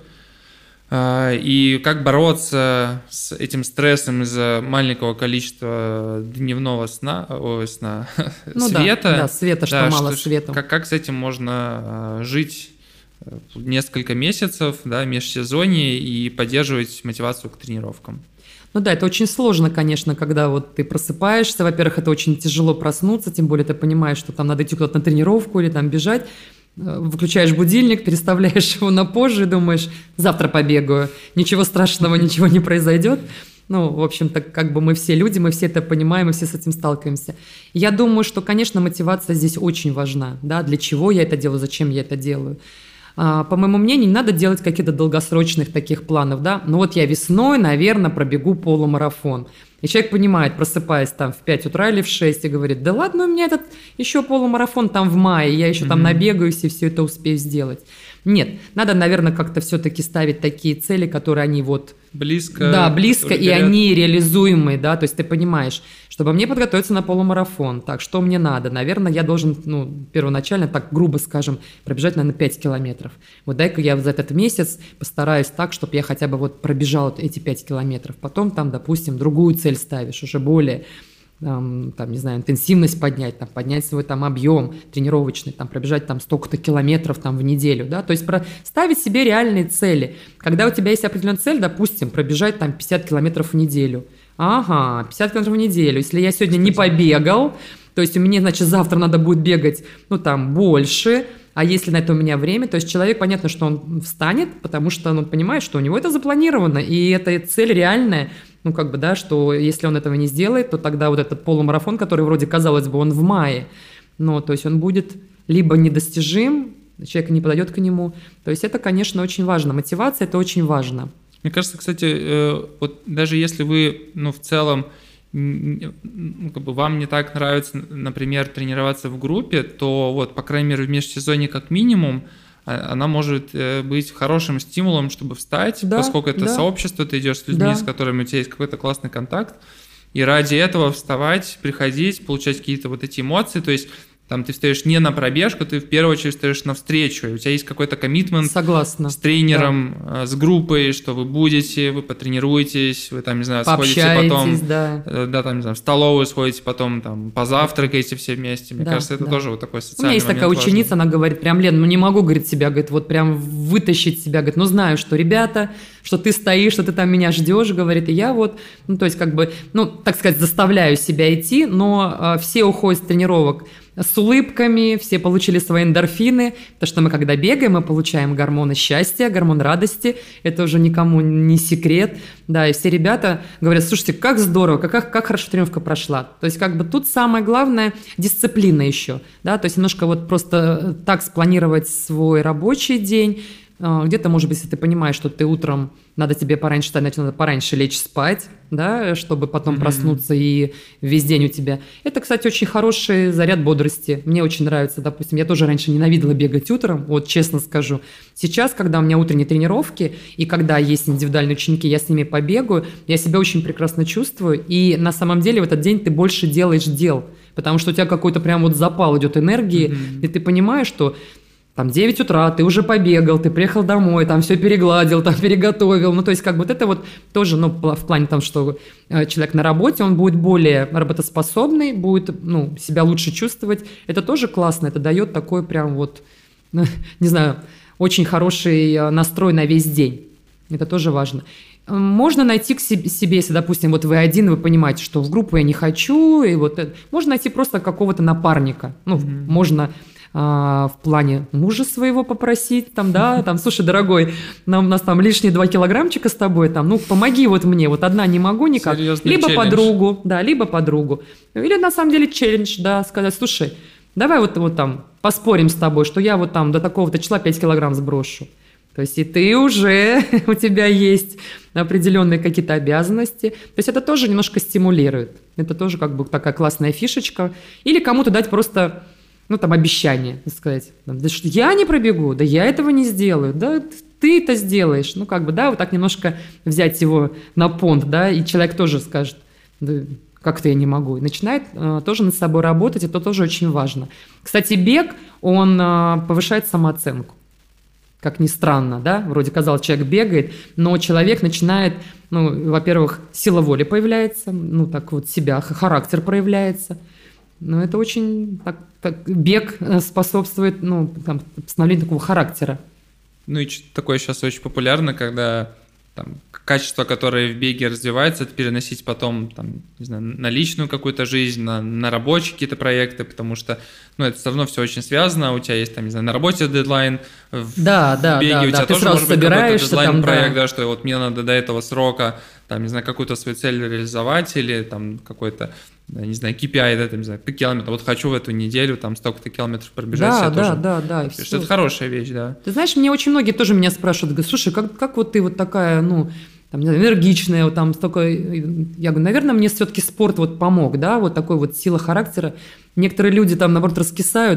э, и как бороться с этим стрессом из-за маленького количества дневного сна, о, сна ну, света. Да, да, света, что да, мало что, света. Как, как с этим можно э, жить несколько месяцев, да, межсезонье и поддерживать мотивацию к тренировкам? Ну да, это очень сложно, конечно, когда вот ты просыпаешься. Во-первых, это очень тяжело проснуться, тем более ты понимаешь, что там надо идти куда-то на тренировку или там бежать. Выключаешь будильник, переставляешь его на позже и думаешь, завтра побегаю. Ничего страшного, ничего не произойдет. Ну, в общем-то, как бы мы все люди, мы все это понимаем, мы все с этим сталкиваемся. Я думаю, что, конечно, мотивация здесь очень важна. Да? Для чего я это делаю, зачем я это делаю. По моему мнению, не надо делать каких-то долгосрочных таких планов, да, ну вот я весной, наверное, пробегу полумарафон. И человек понимает, просыпаясь там в пять утра или в шесть, и говорит, да ладно, у меня этот еще полумарафон там в мае, я еще mm-hmm. там набегаюсь и все это успею сделать. Нет, надо, наверное, как-то все-таки ставить такие цели, которые они вот... Близко. Да, близко, и горят. они реализуемые, да, то есть ты понимаешь, чтобы мне подготовиться на полумарафон, так, что мне надо? Наверное, я должен, ну, первоначально, так грубо скажем, пробежать, наверное, пять километров. Вот дай-ка я за этот месяц постараюсь так, чтобы я хотя бы вот пробежал эти пять километров. Потом там, допустим, другую цель ставишь, уже более... Там, там, не знаю, интенсивность поднять, там, поднять свой там объем тренировочный, там, пробежать там столько-то километров там в неделю, да, то есть про... ставить себе реальные цели. Когда у тебя есть определенная цель, допустим, пробежать там пятьдесят километров в неделю. Ага, пятьдесят километров в неделю. Если я сегодня не побегал, то есть у меня, значит, завтра надо будет бегать, ну, там, больше, а если на это у меня время, то есть человек, понятно, что он встанет, потому что он понимает, что у него это запланировано, и эта цель реальная. Ну, как бы, да, что если он этого не сделает, то тогда вот этот полумарафон, который вроде, казалось бы, он в мае, ну, то есть он будет либо недостижим, человек не подойдет к нему. То есть это, конечно, очень важно. Мотивация – это очень важно. Мне кажется, кстати, вот даже если вы, ну, в целом, как бы вам не так нравится, например, тренироваться в группе, то вот, по крайней мере, в межсезонье как минимум, она может быть хорошим стимулом, чтобы встать, да, поскольку это да. сообщество, ты идешь с людьми, да. с которыми у тебя есть какой-то классный контакт, и ради этого вставать, приходить, получать какие-то вот эти эмоции, то есть там ты встаешь не на пробежку, ты в первую очередь встаешь на встречу, и у тебя есть какой-то коммитмент с тренером, да. с группой, что вы будете, вы потренируетесь, вы там, не знаю, сходите потом, да. да, там, не знаю, в столовую сходите, потом там позавтракаете все вместе. Мне да, кажется, это да. тоже вот такой социальный момент. У меня есть такая ученица, важный. Она говорит, прям, Лен, ну не могу, говорит, себя, говорит, вот прям вытащить себя, говорит, ну знаю, что, ребята, что ты стоишь, что ты там меня ждешь, говорит, и я вот, ну то есть как бы, ну так сказать, заставляю себя идти, но э, все уходят с тренировок с улыбками, все получили свои эндорфины, потому что мы, когда бегаем, мы получаем гормоны счастья, гормон радости, это уже никому не секрет, да, и все ребята говорят, слушайте, как здорово, как, как хорошо тренировка прошла, то есть как бы тут самое главное дисциплина еще, да, то есть немножко вот просто так спланировать свой рабочий день. Где-то, может быть, если ты понимаешь, что ты утром, надо тебе пораньше встать, значит, надо пораньше лечь спать, да, чтобы потом mm-hmm. проснуться и весь день у тебя. Это, кстати, очень хороший заряд бодрости. Мне очень нравится, допустим, я тоже раньше ненавидела бегать утром, вот честно скажу. Сейчас, когда у меня утренние тренировки, и когда есть индивидуальные ученики, я с ними побегаю, я себя очень прекрасно чувствую, и на самом деле в этот день ты больше делаешь дел, потому что у тебя какой-то прям вот запал идет энергии, mm-hmm. и ты понимаешь, что там девять утра, ты уже побегал, ты приехал домой, там все перегладил, там переготовил. Ну, то есть, как бы вот это вот тоже, ну, в плане того, что человек на работе, он будет более работоспособный, будет, ну, себя лучше чувствовать. Это тоже классно, это дает такой прям вот, не знаю, очень хороший настрой на весь день. Это тоже важно. Можно найти к себе, если, допустим, вот вы один, вы понимаете, что в группу я не хочу, и вот это, можно найти просто какого-то напарника. Ну, mm-hmm. можно а, в плане мужа своего попросить, там, да, там, слушай, дорогой, нам, у нас там лишние два килограммчика с тобой, там, ну, помоги вот мне, вот одна не могу никак. Серьезный либо челлендж. подругу, да, либо подругу. Или, на самом деле, челлендж, да, сказать, слушай, давай вот, вот там поспорим с тобой, что я вот там до такого-то числа пять килограмм сброшу. То есть и ты уже, у тебя есть определенные какие-то обязанности. То есть это тоже немножко стимулирует. Это тоже как бы такая классная фишечка. Или кому-то дать просто, ну, там, обещание. Сказать, да что я не пробегу, да я этого не сделаю, да ты это сделаешь. Ну, как бы, да, вот так немножко взять его на понт, да, и человек тоже скажет, да, как-то я не могу. И начинает э, тоже над собой работать, это тоже очень важно. Кстати, бег, он э, повышает самооценку. Как ни странно, да, вроде казалось, человек бегает, но человек начинает, ну, во-первых, сила воли появляется, ну, так вот себя, характер проявляется. Ну, это очень, так, так, бег способствует, ну, там, становлению такого характера. Ну, и такое сейчас очень популярно, когда там качества, которые в беге развиваются, это переносить потом, там, не знаю, на личную какую-то жизнь, на, на рабочие какие-то проекты, потому что, ну, это все равно все очень связано, у тебя есть, там, не знаю, на работе дедлайн, в да, да, беге да, у тебя да. тоже может быть какой-то дедлайн-проект, да. да, что вот мне надо до этого срока, там, не знаю, какую-то свою цель реализовать или там какой-то, не знаю, кей пи ай, да, там, не знаю, по километрам, вот хочу в эту неделю там столько-то километров пробежать. Да, да, тоже. да, да. Что это хорошая вещь, да. Ты знаешь, мне очень многие тоже меня спрашивают, говорят, слушай, как, как вот ты вот такая, ну, там, не знаю, энергичная, вот там столько... Я говорю, наверное, мне все-таки спорт вот помог, да, вот такой вот сила характера. Некоторые люди там, наоборот, раскисают,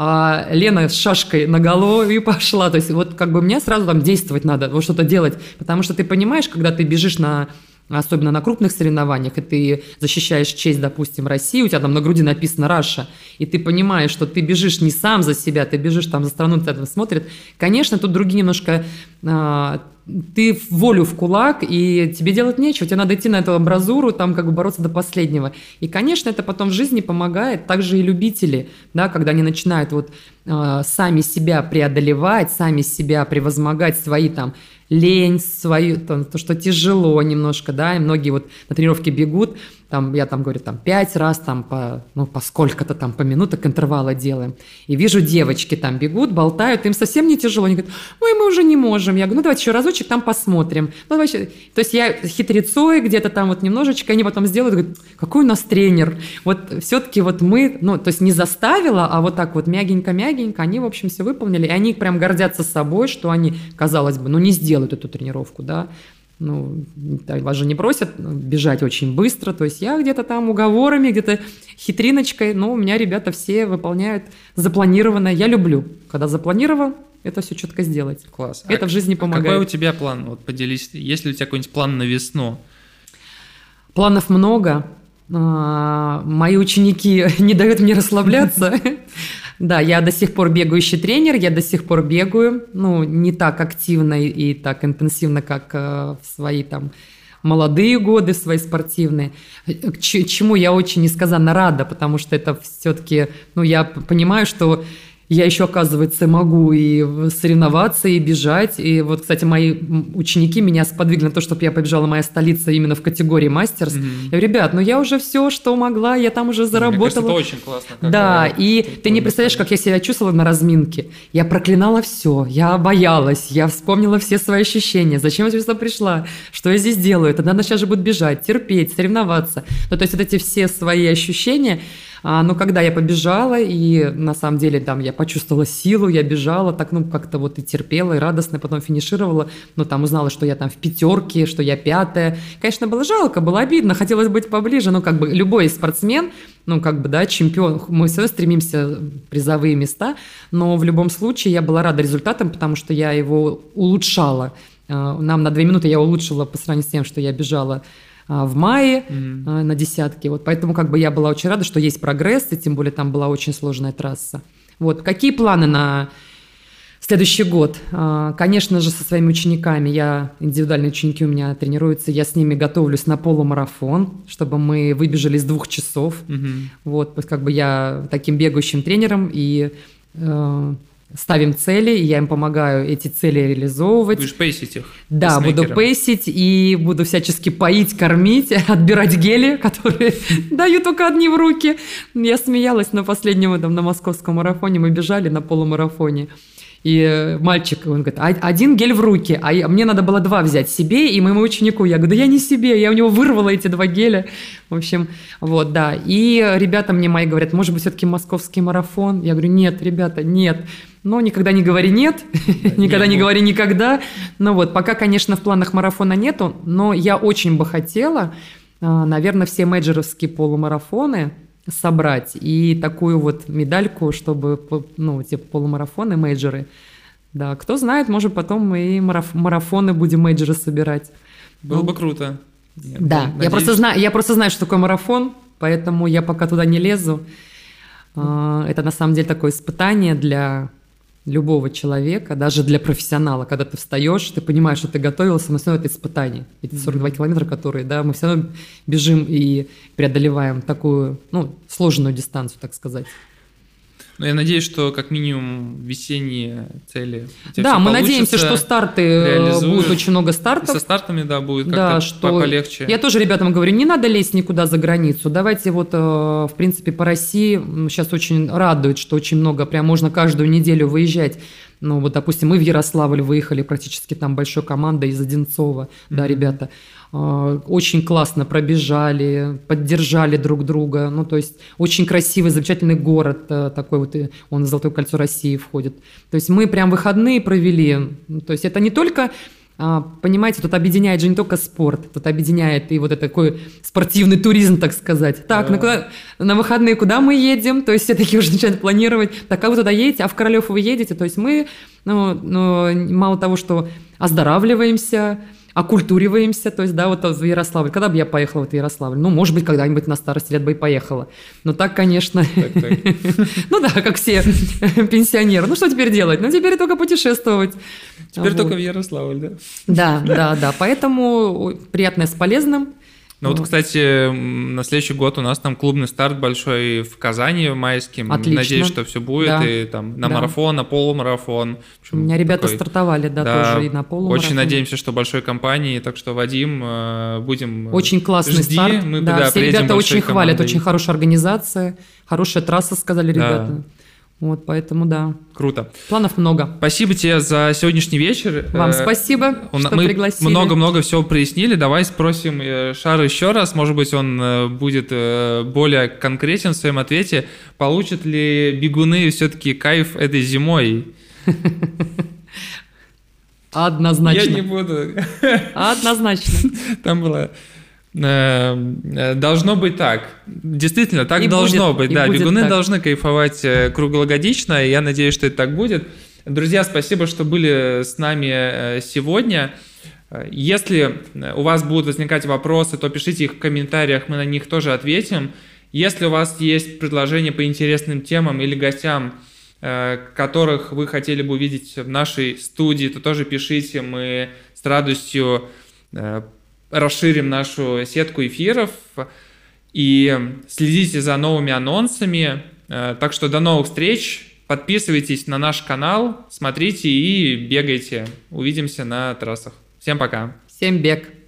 а Лена с шашкой наголо и пошла. То есть вот как бы мне сразу там действовать надо, вот что-то делать, потому что ты понимаешь, когда ты бежишь на... особенно на крупных соревнованиях, и ты защищаешь честь, допустим, России, у тебя там на груди написано «Раша», и ты понимаешь, что ты бежишь не сам за себя, ты бежишь там за страну, тебя там смотрят. Конечно, тут другие немножко... А, ты волю в кулак, и тебе делать нечего, тебе надо идти на эту амбразуру, там как бы бороться до последнего. И, конечно, это потом в жизни помогает, также и любители, да, когда они начинают вот э, сами себя преодолевать, сами себя превозмогать, свои там лень, свою, там, то, что тяжело немножко, да, и многие вот на тренировке бегут, там, я там говорю, там, пять раз, там, по, ну, по сколько-то там, по минуток интервала делаем, и вижу, девочки там бегут, болтают, им совсем не тяжело, они говорят, ой, мы уже не можем, я говорю, ну, давайте еще разочек там посмотрим, ну, давайте. То есть я хитрецой где-то там вот немножечко, они потом сделают, говорят, какой у нас тренер, вот все-таки вот мы, ну, то есть не заставила, а вот так вот мягенько-мягенько, они, в общем, все выполнили, и они прям гордятся собой, что они, казалось бы, ну, не сделают эту тренировку, да. Ну, вас же не просят бежать очень быстро, то есть я где-то там уговорами, где-то хитриночкой, но у меня ребята все выполняют запланированное. Я люблю, когда запланировал, это все четко сделать. Класс. Это а, в жизни помогает. А какой у тебя план? Вот поделись, есть ли у тебя какой-нибудь план на весну? Планов много. Мои ученики не дают мне расслабляться. Да, я до сих пор бегающий тренер, я до сих пор бегаю, ну, не так активно и так интенсивно, как э, в свои там молодые годы, в свои спортивные, к чему я очень несказанно рада, потому что это все-таки, ну, я понимаю, что я еще, оказывается, могу и соревноваться, и бежать. И вот, кстати, мои ученики меня сподвигли на то, чтобы я побежала «Моя столица» именно в категории мастерс. Mm-hmm. Я говорю, ребят, ну я уже все, что могла, я там уже заработала. Мне кажется, это очень классно. Да, и ты не представляешь, как я себя чувствовала на разминке. Я проклинала все, я боялась, я вспомнила все свои ощущения. Зачем я сюда пришла? Что я здесь делаю? Тогда она сейчас же будет бежать, терпеть, соревноваться. Ну, то есть вот эти все свои ощущения... А, но когда я побежала, и на самом деле там я почувствовала силу, я бежала, так, ну, как-то вот и терпела, и радостно, потом финишировала, ну, там узнала, что я там в пятерке, что я пятая. Конечно, было жалко, было обидно, хотелось быть поближе, ну, как бы любой спортсмен, ну, как бы, да, чемпион, мы все стремимся в призовые места, но в любом случае я была рада результатам, потому что я его улучшала. Нам на две минуты я улучшила по сравнению с тем, что я бежала в мае mm-hmm. на десятке. Вот поэтому как бы я была очень рада, что есть прогресс, и тем более там была очень сложная трасса. Вот. Какие планы на следующий год? Конечно же, со своими учениками. Я, индивидуальные ученики у меня тренируются, я с ними готовлюсь на полумарафон, чтобы мы выбежали с двух часов. Mm-hmm. Вот, как бы я таким бегающим тренером, и э, ставим цели, я им помогаю эти цели реализовывать. Будешь пейсить их? Да, буду пейсить и буду всячески поить, кормить, отбирать гели, которые даю только одни в руки. Я смеялась на последнем этом, на московском марафоне, мы бежали на полумарафоне. И мальчик, он говорит, один гель в руки, а мне надо было два взять, себе и моему ученику. Я говорю, да я не себе, я у него вырвала эти два геля. В общем, вот, да. И ребята мне мои говорят, может быть, все-таки московский марафон? Я говорю, нет, ребята, нет. Но никогда не говори нет, никогда не говори никогда. Ну вот, пока, конечно, в планах марафона нету, но я очень бы хотела, наверное, все мейджоровские полумарафоны собрать и такую вот медальку, чтобы, ну, те полумарафоны, мейджоры, да, кто знает, может, потом мы и мараф- марафоны будем мейджоры собирать. Было ну, бы круто. Я да, надеюсь... я, просто знаю, я просто знаю, что такое марафон, поэтому я пока туда не лезу. Это на самом деле такое испытание для любого человека, даже для профессионала. Когда ты встаешь, ты понимаешь, что ты готовился, но все равно это испытание. Эти сорок два километра, которые, да, мы все равно бежим и преодолеваем такую, ну, сложную дистанцию, так сказать. Ну, я надеюсь, что как минимум весенние цели. Да, мы надеемся, что старты будут очень много стартов. И со стартами, да, будет как-то да, что полегче. Я тоже ребятам говорю, не надо лезть никуда за границу. Давайте вот, в принципе, по России сейчас очень радует, что очень много, прям можно каждую неделю выезжать. Ну, вот, допустим, мы в Ярославль выехали, практически там большой командой из Одинцова, mm-hmm. да, ребята. Очень классно пробежали, поддержали друг друга. Ну, то есть, очень красивый, замечательный город такой вот, он в Золотое кольцо России входит. То есть, мы прям выходные провели. То есть, это не только... Понимаете, тут объединяет же не только спорт, тут объединяет и вот это такой спортивный туризм, так сказать. Так, да. на, куда, на выходные куда мы едем? То есть все такие уже начинают планировать. Так, а вы туда едете? А в Королёв вы едете? То есть мы, ну, ну, мало того, что оздоравливаемся, окультуриваемся, то есть, да, вот в Ярославль. Когда бы я поехала в Ярославль? Ну, может быть, когда-нибудь на старости лет бы и поехала. Но так, конечно... Ну да, как все пенсионеры. Ну, что теперь делать? Ну, теперь только путешествовать. Теперь только в Ярославль, да? Да, да, да. Поэтому приятное с полезным. Ну вот, кстати, на следующий год у нас там клубный старт большой в Казани в майском. Отлично. Надеюсь, что все будет. Да. И там на да. марафон, на полумарафон. У меня ребята такой... стартовали, да, да, тоже и на полумарафон. Очень надеемся, что большой компании. Так что, Вадим, будем Очень классный жди. старт. Мы, да, да, все ребята очень командой. хвалят, очень хорошая организация, хорошая трасса, сказали ребята. Да. Вот, поэтому да. Круто. Планов много. Спасибо тебе за сегодняшний вечер. Вам спасибо, что мы пригласили. Много-много всего прояснили. Давай спросим Шара еще раз. Может быть, он будет более конкретен в своем ответе. Получат ли бегуны все-таки кайф этой зимой? Однозначно. Я не буду. Однозначно. Там было... Должно быть так. Действительно, так и должно будет, быть. Да, бегуны так. должны кайфовать круглогодично, и я надеюсь, что это так будет. Друзья, спасибо, что были с нами сегодня. Если у вас будут возникать вопросы, то пишите их в комментариях, мы на них тоже ответим. Если у вас есть предложения по интересным темам или гостям, которых вы хотели бы увидеть в нашей студии, то тоже пишите, мы с радостью расширим нашу сетку эфиров и следите за новыми анонсами. Так что до новых встреч. Подписывайтесь на наш канал, смотрите и бегайте. Увидимся на трассах. Всем пока. Всем бег.